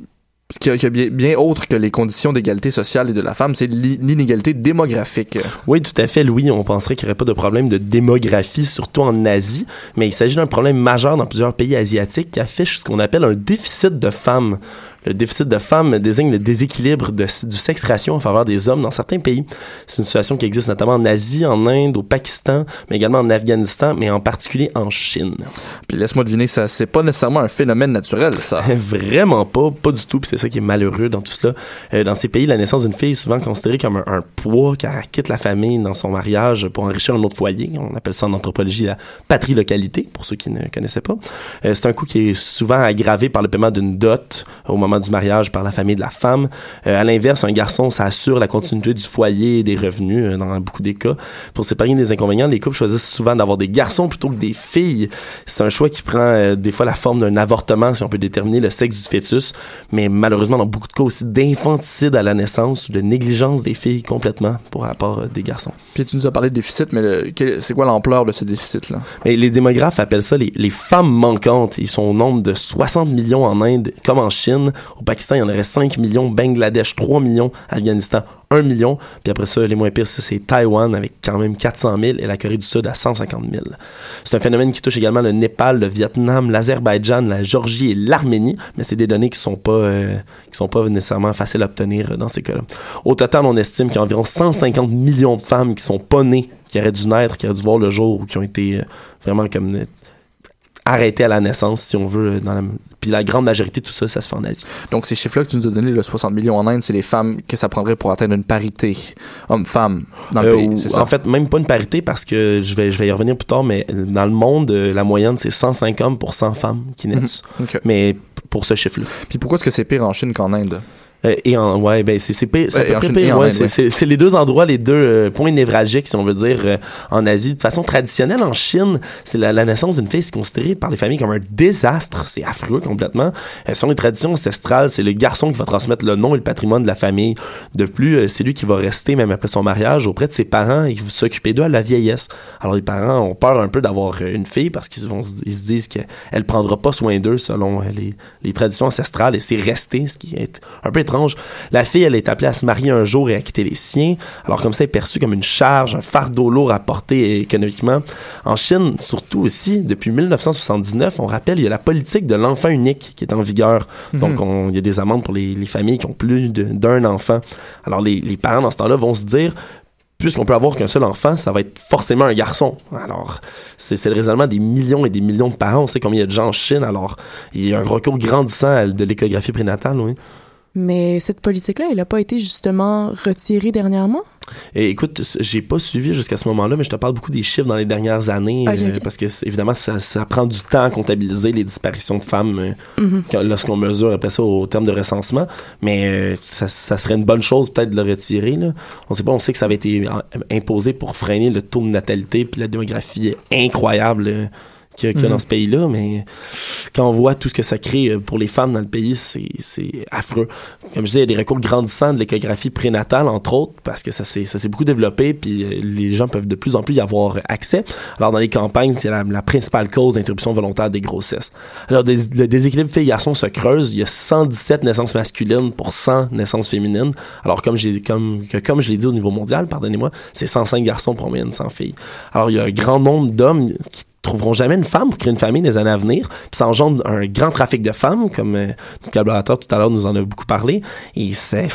S6: qui est bien autre que les conditions d'égalité sociale et de la femme, c'est l'inégalité démographique.
S10: Oui, tout à fait, Louis. On penserait qu'il n'y aurait pas de problème de démographie, surtout en Asie, mais il s'agit d'un problème majeur dans plusieurs pays asiatiques qui affiche ce qu'on appelle un déficit de femmes. Le déficit de femmes désigne le déséquilibre du sexe ratio en faveur des hommes dans certains pays. C'est une situation qui existe notamment en Asie, en Inde, au Pakistan, mais également en Afghanistan, mais en particulier en Chine.
S6: Puis laisse-moi deviner, ça, c'est pas nécessairement un phénomène naturel, ça.
S10: Vraiment pas du tout, puis c'est ça qui est malheureux dans tout cela. Dans ces pays, la naissance d'une fille est souvent considérée comme un poids car elle quitte la famille dans son mariage pour enrichir un autre foyer. On appelle ça en anthropologie la patrilocalité, pour ceux qui ne connaissaient pas. C'est un coût qui est souvent aggravé par le paiement d'une dot au moment du mariage par la famille de la femme. À l'inverse, un garçon, ça assure la continuité du foyer et des revenus dans beaucoup des cas. Pour s'épargner des inconvénients, les couples choisissent souvent d'avoir des garçons plutôt que des filles. C'est un choix qui prend des fois la forme d'un avortement si on peut déterminer le sexe du fœtus, mais malheureusement dans beaucoup de cas aussi d'infanticide à la naissance ou de négligence des filles complètement pour rapport des garçons.
S6: Puis tu nous as parlé de déficit, mais c'est quoi l'ampleur de ce déficit-là?
S10: Mais les démographes appellent ça les femmes manquantes. Ils sont au nombre de 60 millions en Inde comme en Chine. Au Pakistan, il y en aurait 5 millions. Bangladesh, 3 millions. Afghanistan, 1 million. Puis après ça, les moins pires, c'est Taïwan avec quand même 400 000 et la Corée du Sud à 150 000. C'est un phénomène qui touche également le Népal, le Vietnam, l'Azerbaïdjan, la Géorgie et l'Arménie, mais c'est des données qui sont pas nécessairement faciles à obtenir dans ces cas-là. Au total, on estime qu'il y a environ 150 millions de femmes qui sont pas nées, qui auraient dû naître, qui auraient dû voir le jour ou qui ont été vraiment comme arrêtées à la naissance, si on veut, puis la grande majorité de tout ça, ça se fait en Asie.
S6: Donc, ces chiffres-là que tu nous as donnés, le 60 millions en Inde, c'est les femmes que ça prendrait pour atteindre une parité homme-femme dans le pays, c'est ça?
S10: En fait, même pas une parité parce que je vais y revenir plus tard, mais dans le monde, la moyenne, c'est 105 hommes pour 100 femmes qui naissent.
S6: Okay.
S10: Mais pour ce chiffre-là.
S6: Puis pourquoi est-ce que c'est pire en Chine qu'en Inde?
S10: C'est les deux endroits, les deux points névralgiques, si on veut dire, en Asie. De façon traditionnelle, en Chine, c'est la naissance d'une fille, c'est considéré par les familles comme un désastre. C'est affreux complètement. Selon les traditions ancestrales, c'est le garçon qui va transmettre le nom et le patrimoine de la famille. De plus, c'est lui qui va rester, même après son mariage, auprès de ses parents et qui va s'occuper d'eux à la vieillesse. Alors, les parents ont peur un peu d'avoir une fille parce qu'ils se disent qu'elle prendra pas soin d'eux selon les traditions ancestrales et c'est resté, ce qui est un peu étrange. La fille, elle est appelée à se marier un jour et à quitter les siens. Alors comme ça, elle est perçue comme une charge, un fardeau lourd à porter économiquement. En Chine, surtout aussi, depuis 1979, on rappelle, il y a la politique de l'enfant unique qui est en vigueur. Donc, il y a des amendes pour les familles qui ont plus d'un enfant. Alors, les parents, dans ce temps-là, vont se dire... Puisqu'on peut avoir qu'un seul enfant, ça va être forcément un garçon. Alors, c'est le raisonnement des millions et des millions de parents. On sait combien il y a de gens en Chine. Alors, il y a un recours grandissant de l'échographie prénatale, oui.
S9: Mais cette politique-là, elle n'a pas été justement retirée dernièrement?
S10: Et écoute, j'ai pas suivi jusqu'à ce moment-là, mais je te parle beaucoup des chiffres dans les dernières années, okay. Parce que évidemment, ça prend du temps à comptabiliser les disparitions de femmes lorsqu'on mesure après ça au terme de recensement. Mais ça serait une bonne chose peut-être de le retirer. Là. On sait que ça avait été imposé pour freiner le taux de natalité, puis la démographie est incroyable. Qu'il y a dans ce pays-là, mais quand on voit tout ce que ça crée pour les femmes dans le pays, c'est affreux. Comme je disais, il y a des recours grandissants de l'échographie prénatale, entre autres, parce que ça s'est beaucoup développé, puis les gens peuvent de plus en plus y avoir accès. Alors, dans les campagnes, c'est la principale cause d'interruption volontaire des grossesses. Alors, le déséquilibre filles-garçons se creuse. Il y a 117 naissances masculines pour 100 naissances féminines. Alors, comme je l'ai dit au niveau mondial, pardonnez-moi, c'est 105 garçons pour moyenne 100 filles. Alors, il y a un grand nombre d'hommes qui trouveront jamais une femme pour créer une famille dans les années à venir, puis ça engendre un grand trafic de femmes, comme notre collaborateur tout à l'heure nous en a beaucoup parlé, et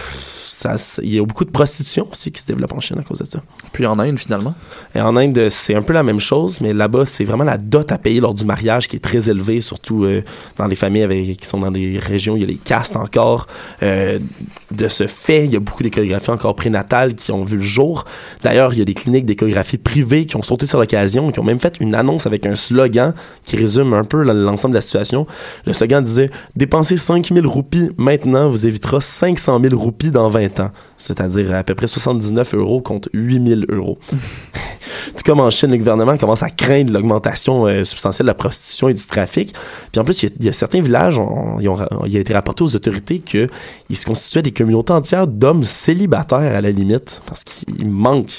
S10: il y a beaucoup de prostitution aussi qui se développe en Chine à cause de ça.
S6: Puis en Inde, finalement?
S10: Et en Inde, c'est un peu la même chose, mais là-bas, c'est vraiment la dot à payer lors du mariage qui est très élevée, surtout dans les familles qui sont dans des régions où il y a les castes encore. De ce fait, il y a beaucoup d'échographies encore prénatales qui ont vu le jour. D'ailleurs, il y a des cliniques d'échographie privées qui ont sauté sur l'occasion, qui ont même fait une annonce avec un slogan qui résume un peu l'ensemble de la situation. Le slogan disait « Dépensez 5 000 roupies maintenant, vous évitera 500 000 roupies dans 20 ans. » C'est-à-dire à peu près 79 € contre 8 000 €. Tout comme en Chine, le gouvernement commence à craindre l'augmentation substantielle de la prostitution et du trafic. Puis en plus, il y a certains villages, il a été rapporté aux autorités qu'il se constituait des communautés entières d'hommes célibataires à la limite, parce qu'il manque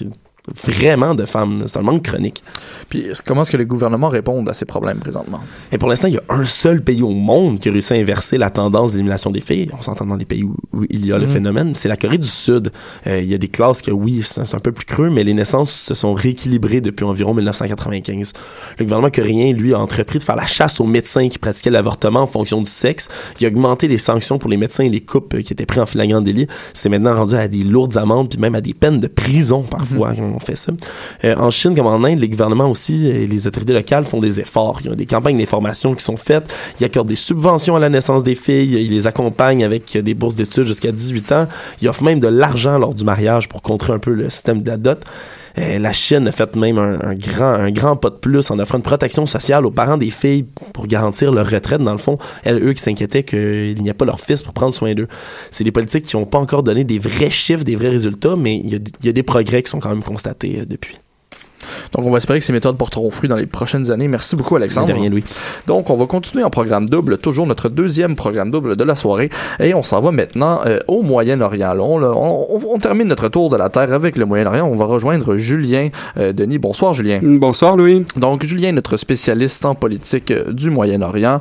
S10: vraiment de femmes. C'est un manque chronique.
S6: Puis comment est-ce que les gouvernements répondent à ces problèmes présentement?
S10: Et pour l'instant, il y a un seul pays au monde qui a réussi à inverser la tendance d'élimination des filles. On s'entend dans les pays où il y a le phénomène. C'est la Corée du Sud. Il y a des classes que, oui, c'est un peu plus creux, mais les naissances se sont rééquilibrées depuis environ 1995. Le gouvernement coréen, lui, a entrepris de faire la chasse aux médecins qui pratiquaient l'avortement en fonction du sexe. Il a augmenté les sanctions pour les médecins et les couples qui étaient pris en flagrant délit. C'est maintenant rendu à des lourdes amendes puis même à des peines de prison parfois quand on fait ça. En Chine comme en Inde, les gouvernements aussi et les autorités locales font des efforts. Il y a des campagnes d'information qui sont faites. Ils accordent des subventions à la naissance des filles. Ils les accompagnent avec des bourses d'études jusqu'à 18 ans. Ils offrent même de l'argent lors du mariage pour contrer un peu le système de la dot. La Chine a fait même un grand pas de plus en offrant une protection sociale aux parents des filles pour garantir leur retraite, dans le fond. Eux qui s'inquiétaient qu'il n'y a pas leur fils pour prendre soin d'eux. C'est des politiques qui n'ont pas encore donné des vrais chiffres, des vrais résultats, mais il y a des progrès qui sont quand même constatés depuis.
S6: Donc, on va espérer que ces méthodes porteront fruit dans les prochaines années. Merci beaucoup, Alexandre.
S10: De rien, Louis.
S6: Donc, on va continuer en programme double, toujours notre deuxième programme double de la soirée. Et on s'en va maintenant au Moyen-Orient. Là, on termine notre tour de la Terre avec le Moyen-Orient. On va rejoindre Julien Denis. Bonsoir, Julien.
S14: Bonsoir, Louis.
S6: Donc, Julien est notre spécialiste en politique du Moyen-Orient.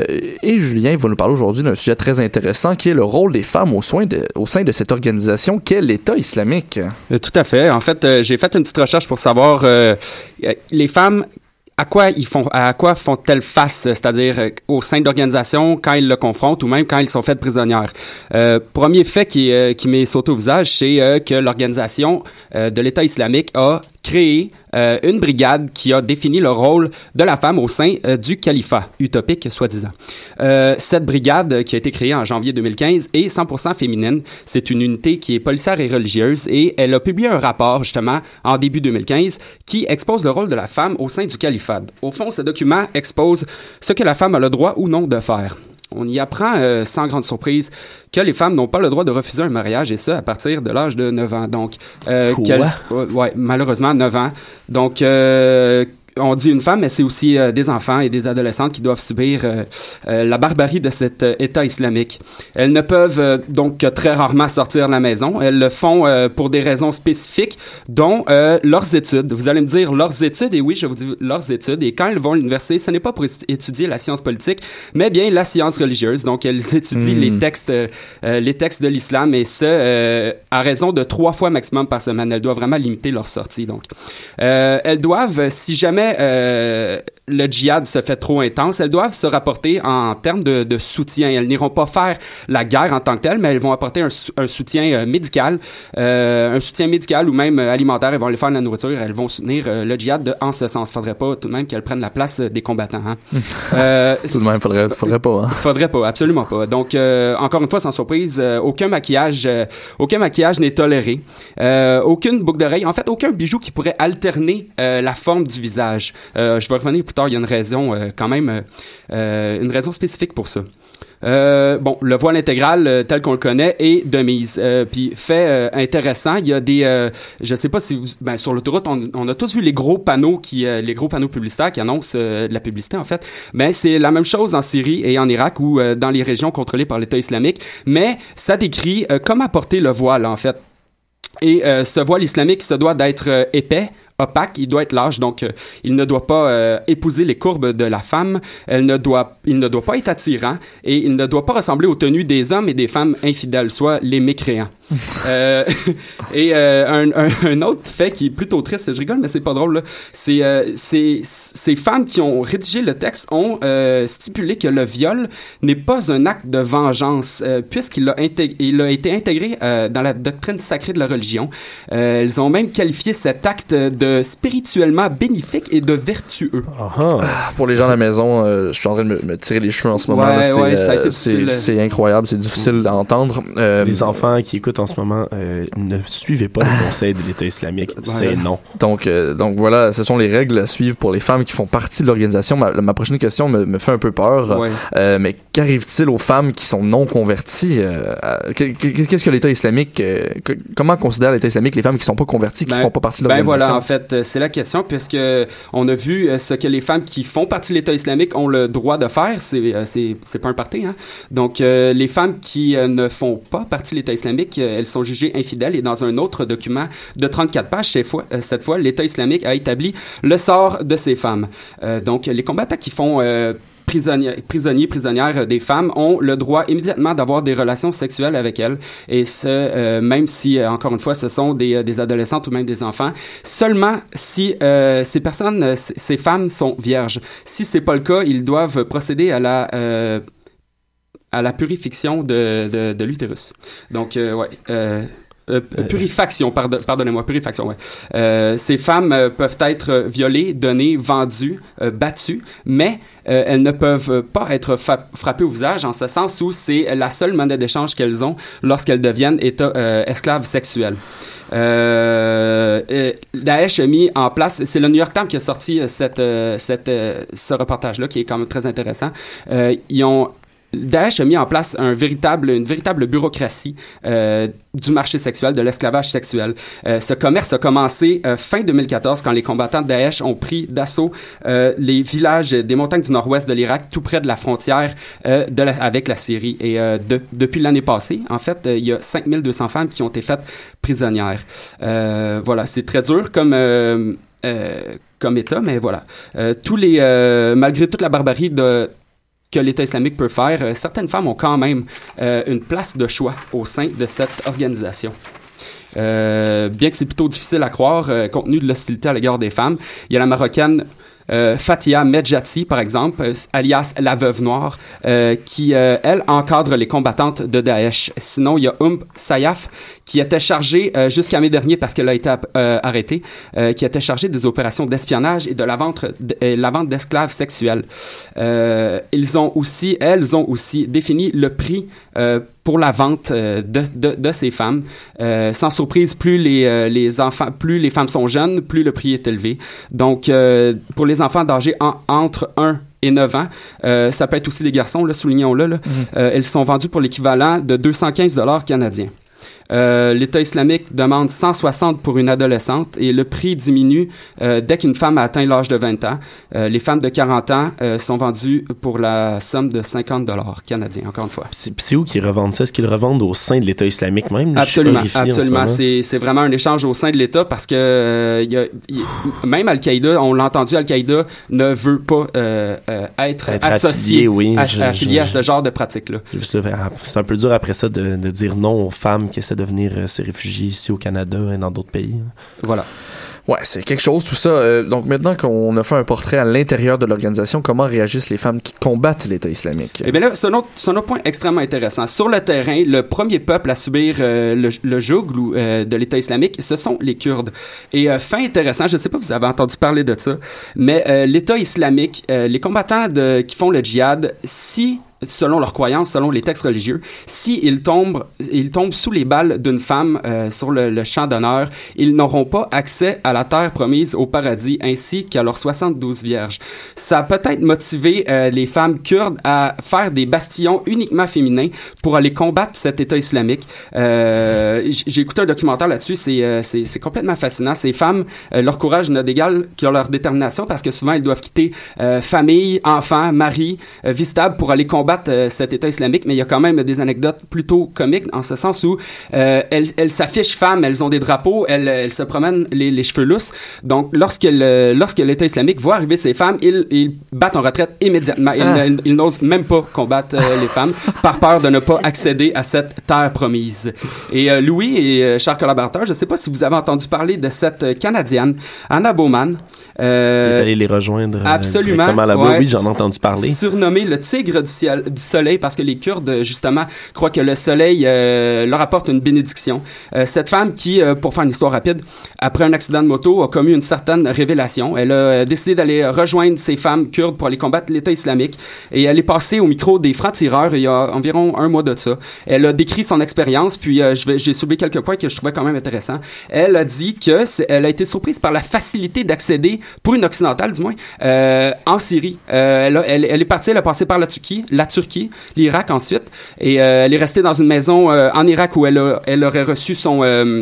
S6: Et Julien va nous parler aujourd'hui d'un sujet très intéressant qui est le rôle des femmes au sein de cette organisation qu'est l'État islamique.
S14: Tout à fait. En fait, j'ai fait une petite recherche pour savoir les femmes, à quoi font-elles face, c'est-à-dire au sein de l'organisation quand ils le confrontent ou même quand ils sont faites prisonnières. Premier fait qui m'est sauté au visage, c'est que l'organisation de l'État islamique a créé une brigade qui a défini le rôle de la femme au sein du califat, utopique soi-disant. Cette brigade qui a été créée en janvier 2015 est 100% féminine. C'est une unité qui est policière et religieuse et elle a publié un rapport justement en début 2015 qui expose le rôle de la femme au sein du califat. Au fond, ce document expose ce que la femme a le droit ou non de faire. On y apprend, sans grande surprise, que les femmes n'ont pas le droit de refuser un mariage, et ça à partir de l'âge de 9 ans. Donc, malheureusement, 9 ans. Donc, on dit une femme, mais c'est aussi des enfants et des adolescentes qui doivent subir la barbarie de cet État islamique. Elles ne peuvent donc que très rarement sortir de la maison. Elles le font pour des raisons spécifiques, dont leurs études. Vous allez me dire leurs études, et oui, je vous dis leurs études. Et quand elles vont à l'université, ce n'est pas pour étudier la science politique, mais bien la science religieuse. Donc, elles étudient les textes de l'islam, et ce, à raison de 3 fois maximum par semaine. Elles doivent vraiment limiter leur sortie. Donc, elles doivent, si jamais le djihad se fait trop intense, elles doivent se rapporter en termes de soutien. Elles n'iront pas faire la guerre en tant que telle, mais elles vont apporter un soutien médical, ou même alimentaire. Elles vont aller faire de la nourriture. Elles vont soutenir le djihad en ce sens. Faudrait pas tout de même qu'elles prennent la place des combattants. Hein.
S6: Tout de même, faudrait pas. Hein.
S14: Faudrait pas, absolument pas. Donc, encore une fois, sans surprise, aucun maquillage n'est toléré. Aucune boucle d'oreille. En fait, aucun bijou qui pourrait alterner la forme du visage. Je vais revenir plus tard, il y a une raison quand même, une raison spécifique pour ça. Le voile intégral tel qu'on le connaît est de mise. Puis fait intéressant, il y a des, je sais pas si sur l'autoroute, on a tous vu les gros panneaux publicitaires qui annoncent de la publicité en fait. Mais c'est la même chose en Syrie et en Irak ou dans les régions contrôlées par l'État islamique. Mais ça décrit comment porter le voile en fait. Et ce voile islamique se doit d'être épais, opaque, il doit être large, donc il ne doit pas épouser les courbes de la femme, il ne doit pas être attirant et il ne doit pas ressembler aux tenues des hommes et des femmes infidèles, soit les mécréants. Et un autre fait qui est plutôt triste, je rigole mais c'est pas drôle là, c'est ces femmes qui ont rédigé le texte ont stipulé que le viol n'est pas un acte de vengeance puisqu'il a été intégré dans la doctrine sacrée de la religion. Elles ont même qualifié cet acte de spirituellement bénéfique et de vertueux.
S6: Pour les gens à la maison, je suis en train de me tirer les cheveux en ce moment. C'est incroyable, c'est difficile à entendre.
S10: Les enfants qui écoutent en ce moment, ne suivez pas les conseils de l'État islamique. C'est non.
S6: Donc voilà, ce sont les règles à suivre pour les femmes qui font partie de l'organisation. Ma prochaine question me fait un peu peur. Mais qu'arrive-t-il aux femmes qui sont non converties? Qu'est-ce que l'État islamique, comment considère l'État islamique les femmes qui sont pas converties, qui font pas partie de l'organisation?
S14: Voilà, en fait, fait, c'est la question, puisque on a vu ce que les femmes qui font partie de l'État islamique ont le droit de faire. C'est pas un parti, hein. Donc, les femmes qui ne font pas partie de l'État islamique, elles sont jugées infidèles. Et dans un autre document de 34 pages, cette fois, l'État islamique a établi le sort de ces femmes. Donc, les combattants qui font prisonnières des femmes ont le droit immédiatement d'avoir des relations sexuelles avec elles, et même si, encore une fois, ce sont des adolescentes ou même des enfants, seulement si ces femmes sont vierges. Si c'est pas le cas, ils doivent procéder à la purification de l'utérus. Donc, purifaction, pardonnez-moi, purifaction, ouais. Ces femmes peuvent être violées, données, vendues, battues, mais elles ne peuvent pas être frappées au visage, en ce sens où c'est la seule monnaie d'échange qu'elles ont lorsqu'elles deviennent esclaves sexuels. Daesh a mis en place, c'est le New York Times qui a sorti ce reportage-là, qui est quand même très intéressant. Daesh a mis en place une véritable bureaucratie du marché sexuel, de l'esclavage sexuel. Ce commerce a commencé fin 2014 quand les combattants de Daesh ont pris d'assaut les villages des montagnes du nord-ouest de l'Irak, tout près de la frontière avec la Syrie. Et depuis l'année passée, en fait, il y a 5200 femmes qui ont été faites prisonnières. Voilà, c'est très dur comme État, mais voilà. Malgré toute la barbarie que l'État islamique peut faire, certaines femmes ont quand même une place de choix au sein de cette organisation. Bien que c'est plutôt difficile à croire, compte tenu de l'hostilité à l'égard des femmes, il y a la Marocaine Fatia Medjati, par exemple, alias la Veuve Noire, qui, elle, encadre les combattantes de Daesh. Sinon, il y a Sayaf, qui était chargée, jusqu'à mai dernier, parce qu'elle a été arrêtée, qui était chargée des opérations d'espionnage et de la vente d'esclaves sexuels. Elles ont aussi défini le prix pour la vente de ces femmes. Sans surprise, plus les femmes sont jeunes, plus le prix est élevé. Donc, pour les enfants d'âge entre 1 et 9 ans, ça peut être aussi des garçons, là, soulignons-le, elles sont vendues pour l'équivalent de 215 $ canadiens. L'État islamique demande 160 pour une adolescente et le prix diminue dès qu'une femme a atteint l'âge de 20 ans. Les femmes de 40 ans sont vendues pour la somme de 50 $ canadiens, encore une fois.
S10: C'est où qu'ils revendent ça? Est-ce qu'ils le revendent au sein de l'État islamique même?
S14: Absolument. C'est vraiment un échange au sein de l'État parce que même Al-Qaïda, on l'a entendu, Al-Qaïda ne veut pas être associé, affilié à ce genre de pratique-là.
S10: C'est un peu dur après ça de dire non aux femmes qui essaient de venir se réfugier ici au Canada et dans d'autres pays.
S14: Voilà.
S6: Ouais, c'est quelque chose tout ça. Donc maintenant qu'on a fait un portrait à l'intérieur de l'organisation, comment réagissent les femmes qui combattent l'État islamique?
S14: Eh bien là, c'est un autre point extrêmement intéressant. Sur le terrain, le premier peuple à subir le joug de l'État islamique, ce sont les Kurdes. Et fait intéressant, je ne sais pas si vous avez entendu parler de ça, mais l'État islamique, les combattants qui font le djihad, selon leurs croyances, selon les textes religieux, s'ils tombent sous les balles d'une femme sur le champ d'honneur, ils n'auront pas accès à la terre promise au paradis, ainsi qu'à leurs 72 vierges. Ça a peut-être motivé les femmes kurdes à faire des bastions uniquement féminins pour aller combattre cet État islamique. J'ai écouté un documentaire là-dessus, c'est complètement fascinant. Ces femmes, leur courage n'a d'égal que leur détermination, parce que souvent, elles doivent quitter famille, enfants, mari, vie stable pour aller combattre cet État islamique, mais il y a quand même des anecdotes plutôt comiques en ce sens où elles s'affichent femmes, elles ont des drapeaux, elles se promènent les cheveux lousses. Donc, lorsque l'État islamique voit arriver ces femmes, ils battent en retraite immédiatement. Ils n'osent même pas combattre les femmes par peur de ne pas accéder à cette terre promise. Et Louis et chers collaborateurs, je ne sais pas si vous avez entendu parler de cette Canadienne, Anna Bowman.
S10: Qui est allée les rejoindre directement là-bas. Ouais, oui, j'en ai entendu parler.
S14: Surnommée le tigre du soleil, parce que les Kurdes, justement, croient que le soleil leur apporte une bénédiction. Cette femme qui, pour faire une histoire rapide, après un accident de moto, a commis une certaine révélation. Elle a décidé d'aller rejoindre ces femmes kurdes pour aller combattre l'État islamique, et elle est passée au micro des francs-tireurs il y a environ un mois de ça. Elle a décrit son expérience, puis j'ai soulevé quelques points que je trouvais quand même intéressants. Elle a dit que elle a été surprise par la facilité d'accéder, pour une occidentale du moins, en Syrie. Elle est partie, elle a passé par la Turquie, l'Irak ensuite, et elle est restée dans une maison en Irak où elle aurait reçu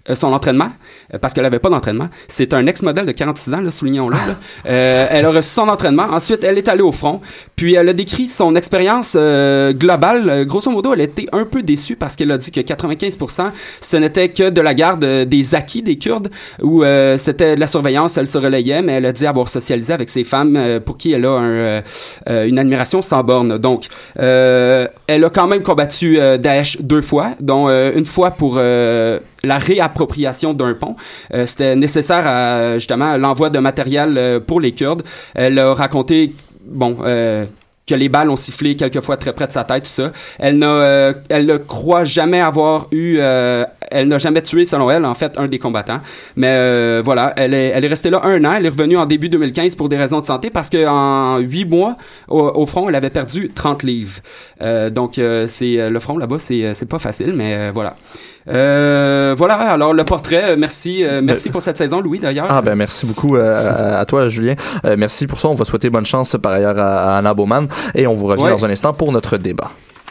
S14: son entraînement, parce qu'elle avait pas d'entraînement. C'est un ex-modèle de 46 ans, là, soulignons-le. Elle a reçu son entraînement. Ensuite, elle est allée au front. Puis, elle a décrit son expérience globale. Grosso modo, elle a été un peu déçue parce qu'elle a dit que 95%, ce n'était que de la garde des acquis des Kurdes, où c'était de la surveillance, elle se relayait, mais elle a dit avoir socialisé avec ces femmes pour qui elle a une admiration sans borne. Donc, elle a quand même combattu Daesh 2 fois, dont une fois pour la réappropriation d'un pont. C'était nécessaire à, justement, l'envoi de matériel pour les Kurdes. Elle a raconté, que les balles ont sifflé quelquefois très près de sa tête, tout ça. Elle ne croit jamais avoir eu... elle n'a jamais tué, selon elle, en fait, un des combattants. Mais voilà, elle est restée là 1 an. Elle est revenue en début 2015 pour des raisons de santé parce qu'en 8 mois, au front, elle avait perdu 30 livres. Donc, le front, là-bas, c'est pas facile, mais voilà. Voilà, alors le portrait, merci pour cette saison, Louis, d'ailleurs.
S6: Ah, ben merci beaucoup à toi, Julien. Merci pour ça. On va souhaiter bonne chance par ailleurs à Anna Baumann et on vous revient dans un instant pour notre débat.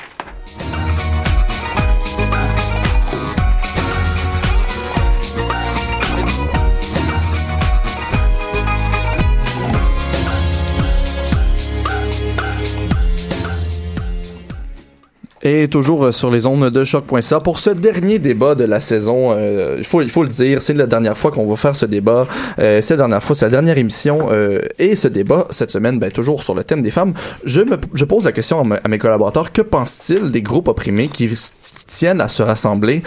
S6: Et toujours sur les ondes de choc.ca pour ce dernier débat de la saison. Il faut le dire, c'est la dernière fois qu'on va faire ce débat. C'est la dernière émission. Et ce débat, cette semaine, toujours sur le thème des femmes. Je pose la question à mes collaborateurs. Que pensent-ils des groupes opprimés qui tiennent à se rassembler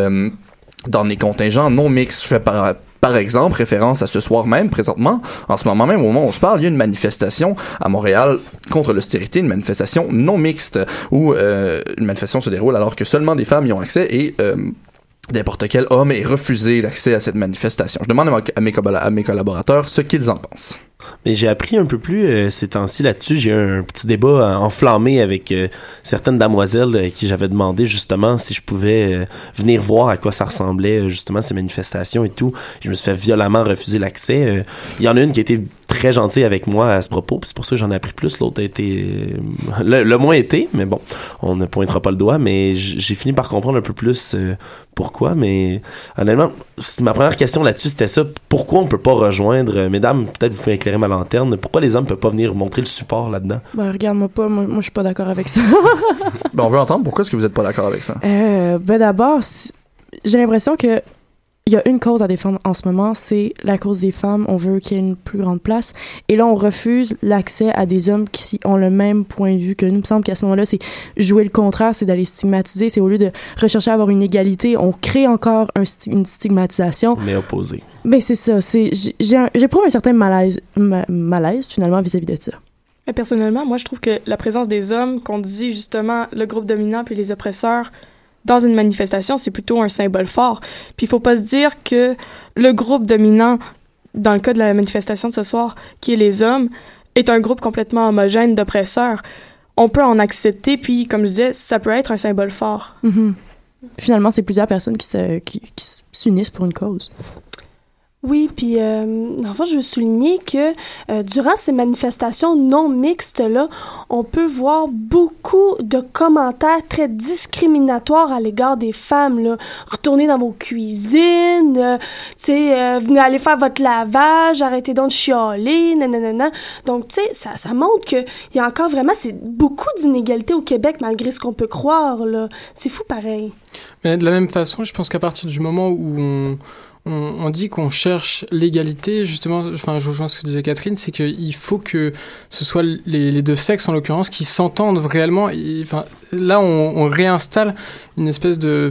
S6: dans des contingents non mixtes? Je fais par exemple, référence à ce soir même, présentement, en ce moment même, au moment où on se parle, il y a une manifestation à Montréal contre l'austérité, une manifestation non mixte, où une manifestation se déroule alors que seulement des femmes y ont accès et n'importe quel homme est refusé l'accès à cette manifestation. Je demande à mes collaborateurs ce qu'ils en pensent.
S10: Mais j'ai appris un peu plus ces temps-ci là-dessus. J'ai eu un petit débat enflammé avec certaines damoiselles à qui j'avais demandé justement si je pouvais venir voir à quoi ça ressemblait justement ces manifestations et tout. Je me suis fait violemment refuser l'accès. Il y en a une qui a été très gentille avec moi à ce propos, c'est pour ça que j'en ai appris plus. L'autre a été le moins été, mais bon, on ne pointera pas le doigt, mais j'ai fini par comprendre un peu plus pourquoi. Mais honnêtement, ma première question là-dessus, c'était ça. Pourquoi on peut pas rejoindre, mesdames, peut-être vous pouvez éclairer ma lanterne, pourquoi les hommes peuvent pas venir montrer le support là-dedans?
S9: Regarde-moi pas, moi je suis pas d'accord avec ça.
S6: On veut entendre pourquoi est-ce que vous êtes pas d'accord avec ça?
S9: D'abord, j'ai l'impression que il y a une cause à défendre en ce moment, c'est la cause des femmes. On veut qu'il y ait une plus grande place. Et là, on refuse l'accès à des hommes qui ont le même point de vue que nous. Il me semble qu'à ce moment-là, c'est jouer le contraire, c'est d'aller stigmatiser. C'est au lieu de rechercher à avoir une égalité, on crée encore une stigmatisation.
S10: Mais opposé.
S9: Ben, c'est ça. J'éprouve un certain malaise finalement vis-à-vis de ça.
S13: Mais personnellement, moi, je trouve que la présence des hommes, qu'on dit justement le groupe dominant puis les oppresseurs, dans une manifestation, c'est plutôt un symbole fort. Puis il faut pas se dire que le groupe dominant, dans le cas de la manifestation de ce soir, qui est les hommes, est un groupe complètement homogène d'oppresseurs. On peut en accepter, puis comme je disais, ça peut être un symbole fort.
S9: Mm-hmm. Finalement, c'est plusieurs personnes qui s'unissent pour une cause.
S7: Oui, puis en fait, je veux souligner que durant ces manifestations non mixtes-là, on peut voir beaucoup de commentaires très discriminatoires à l'égard des femmes, là. Retournez dans vos cuisines, tu sais, venez aller faire votre lavage, arrêtez donc de chialer, nanana. Donc, tu sais, ça montre qu'il y a encore vraiment beaucoup d'inégalités au Québec, malgré ce qu'on peut croire, là. C'est fou pareil.
S11: Mais de la même façon, je pense qu'à partir du moment où on dit qu'on cherche l'égalité, justement, enfin, je rejoins ce que disait Catherine, c'est qu'il faut que ce soit les deux sexes, en l'occurrence, qui s'entendent réellement. Et, enfin, là, on réinstalle une espèce de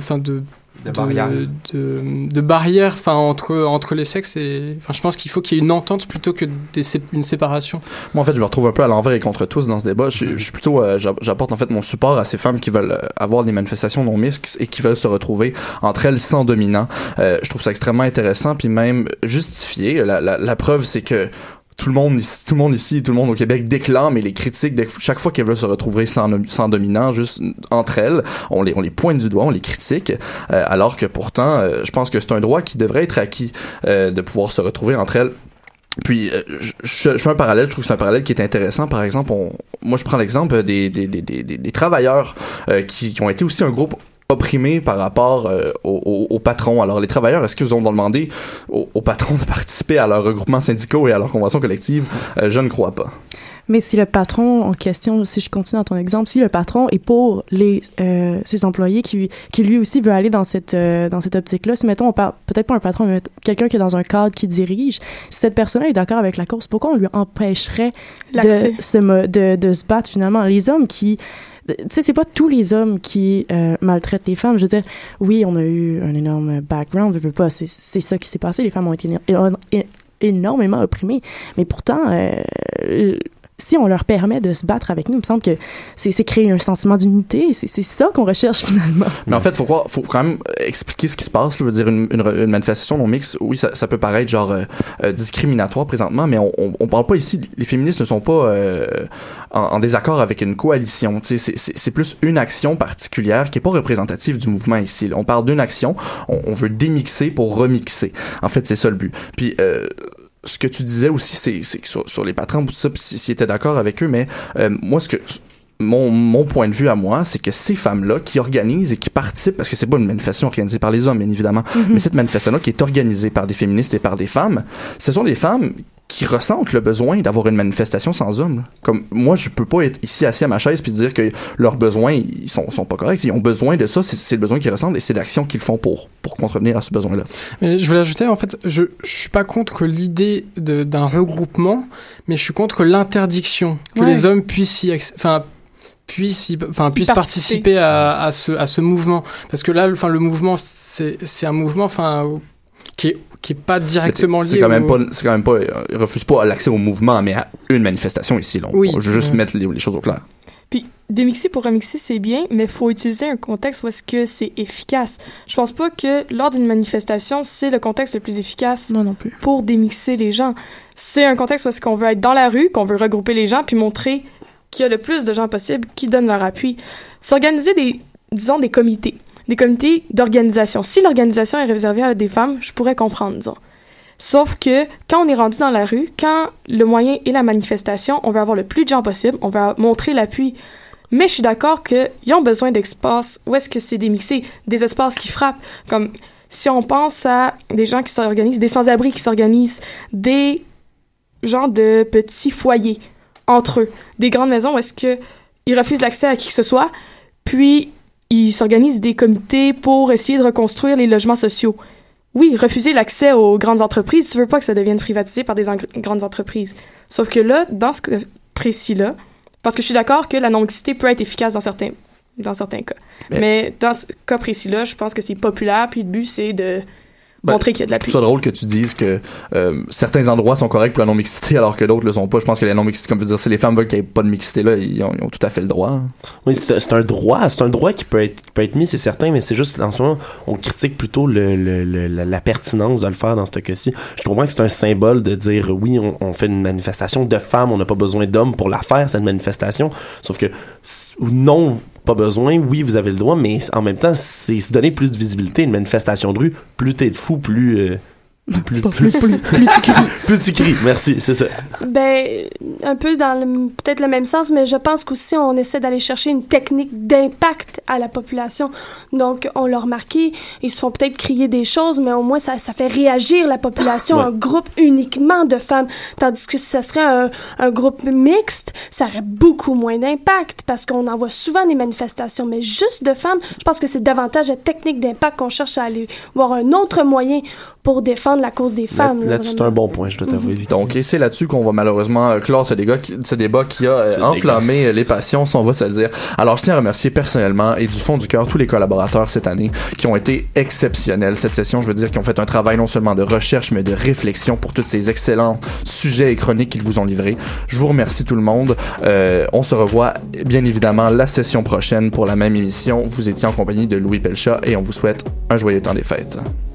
S11: barrière, enfin, entre les sexes. Et, enfin, je pense qu'il faut qu'il y ait une entente plutôt que une séparation.
S6: Moi, en fait, je me retrouve un peu à l'envers et contre tous dans ce débat. Je suis plutôt, j'apporte en fait mon support à ces femmes qui veulent avoir des manifestations non mixtes et qui veulent se retrouver entre elles sans dominant. Je trouve ça extrêmement intéressant, puis même justifié. La preuve, c'est que tout le monde ici, tout le monde au Québec déclame et les critiques chaque fois qu'elles veulent se retrouver sans dominant, juste entre elles, on les pointe du doigt, on les critique, alors que pourtant, je pense que c'est un droit qui devrait être acquis, de pouvoir se retrouver entre elles. Puis, je fais un parallèle, je trouve que c'est un parallèle qui est intéressant. Par exemple, moi je prends l'exemple des travailleurs qui ont été aussi un groupe opprimés par rapport aux patrons. Alors, les travailleurs, est-ce qu'ils ont demandé aux patrons de participer à leurs regroupements syndicaux et à leurs conventions collectives? Je ne crois pas.
S9: Mais si le patron en question, si je continue dans ton exemple, si le patron est pour ses employés qui lui aussi veut aller dans cette optique-là, si mettons on parle peut-être pas un patron, mais quelqu'un qui est dans un cadre qui dirige, si cette personne-là est d'accord avec la cause, pourquoi on lui empêcherait de se battre finalement? Les hommes qui tu sais, c'est pas tous les hommes qui maltraitent les femmes. Je veux dire, oui, on a eu un énorme background, je veux pas, c'est ça qui s'est passé. Les femmes ont été énormément opprimées, mais pourtant si on leur permet de se battre avec nous, il me semble que c'est créer un sentiment d'unité. C'est ça qu'on recherche finalement.
S6: Mais en fait, faut quand même expliquer ce qui se passe. Je veux dire, une manifestation non mixte, oui, ça peut paraître genre discriminatoire présentement, mais on parle pas ici. Les féministes ne sont pas en désaccord avec une coalition. Tu sais, c'est plus une action particulière qui est pas représentative du mouvement ici. On parle d'une action. On veut démixer pour remixer. En fait, c'est ça le but. Puis ce que tu disais aussi, c'est que sur les patrons, tout ça, s'ils étaient d'accord avec eux, mais moi, mon point de vue à moi, c'est que ces femmes-là qui organisent et qui participent, parce que c'est pas une manifestation organisée par les hommes, bien évidemment, mais cette manifestation-là qui est organisée par des féministes et par des femmes, ce sont des femmes qui ressentent le besoin d'avoir une manifestation sans hommes. Comme moi, je peux pas être ici assis à ma chaise puis dire que leurs besoins ils sont pas corrects. Ils ont besoin de ça, c'est le besoin qu'ils ressentent et c'est l'action qu'ils font pour contrevenir à ce besoin-là. Mais
S11: je voulais ajouter, en fait, je suis pas contre l'idée d'un regroupement, mais je suis contre l'interdiction que les hommes puissent participer à ce mouvement, parce que là, le mouvement c'est un mouvement qui est pas directement lié. C'est quand même pas, ils refusent pas l'accès au mouvement, mais à une manifestation ici. Là. Je veux juste mettre les choses au clair.
S13: Puis, démixer pour remixer, c'est bien, mais il faut utiliser un contexte où est-ce que c'est efficace. Je pense pas que lors d'une manifestation, c'est le contexte le plus efficace pour démixer les gens. C'est un contexte où est-ce qu'on veut être dans la rue, qu'on veut regrouper les gens, puis montrer qu'il y a le plus de gens possible qui donnent leur appui. S'organiser des comités d'organisation. Si l'organisation est réservée à des femmes, je pourrais comprendre, disons. Sauf que quand on est rendu dans la rue, quand le moyen est la manifestation, on veut avoir le plus de gens possible, on veut montrer l'appui. Mais je suis d'accord qu'ils ont besoin d'espaces où est-ce que c'est démixé, des espaces qui frappent. Comme si on pense à des gens qui s'organisent, des sans-abri qui s'organisent, des genres de petits foyers entre eux, des grandes maisons où est-ce qu'ils refusent l'accès à qui que ce soit, puis ils s'organisent des comités pour essayer de reconstruire les logements sociaux. Oui, refuser l'accès aux grandes entreprises, tu veux pas que ça devienne privatisé par des grandes entreprises. Sauf que là, dans ce cas précis-là, parce que je suis d'accord que la non-mixité peut être efficace dans certains cas. Mais dans ce cas précis-là, je pense que c'est populaire, puis le but, c'est de montrer qu'il y a de l'appui.
S6: Je trouve ça drôle que tu dises que certains endroits sont corrects pour la non-mixité alors que d'autres le sont pas. Je pense que la non-mixité, comme je veux dire, si les femmes veulent qu'il n'y ait pas de mixité là, ils ont tout à fait le droit.
S10: Oui, c'est un droit qui peut être mis, c'est certain, mais c'est juste, en ce moment, on critique plutôt la pertinence de le faire dans ce cas-ci. Je comprends que c'est un symbole de dire, oui, on fait une manifestation de femmes, on n'a pas besoin d'hommes pour la faire, cette manifestation. Sauf que, non, pas besoin, oui, vous avez le droit, mais en même temps, c'est se donner plus de visibilité. Une manifestation de rue, plus t'es de fou, plus tu cries. Plus tu cries, merci, c'est ça.
S7: Ben, un peu dans peut-être le même sens, mais je pense qu'aussi on essaie d'aller chercher une technique d'impact à la population. Donc, on l'a remarqué, ils se font peut-être crier des choses, mais au moins ça fait réagir la population, un groupe uniquement de femmes. Tandis que si ça serait un groupe mixte, ça aurait beaucoup moins d'impact, parce qu'on en voit souvent des manifestations, mais juste de femmes, je pense que c'est davantage la technique d'impact qu'on cherche à aller voir un autre moyen pour défendre la cause des femmes.
S10: Là, c'est un bon point, je dois t'avouer.
S6: Donc, et c'est là-dessus qu'on va malheureusement clore ce débat qui a enflammé les passions, si on va se le dire. Alors, je tiens à remercier personnellement et du fond du cœur tous les collaborateurs cette année qui ont été exceptionnels. Cette session, je veux dire, qui ont fait un travail non seulement de recherche, mais de réflexion pour tous ces excellents sujets et chroniques qu'ils vous ont livrés. Je vous remercie tout le monde. On se revoit, bien évidemment, la session prochaine pour la même émission. Vous étiez en compagnie de Louis Pelchat et on vous souhaite un joyeux temps des fêtes.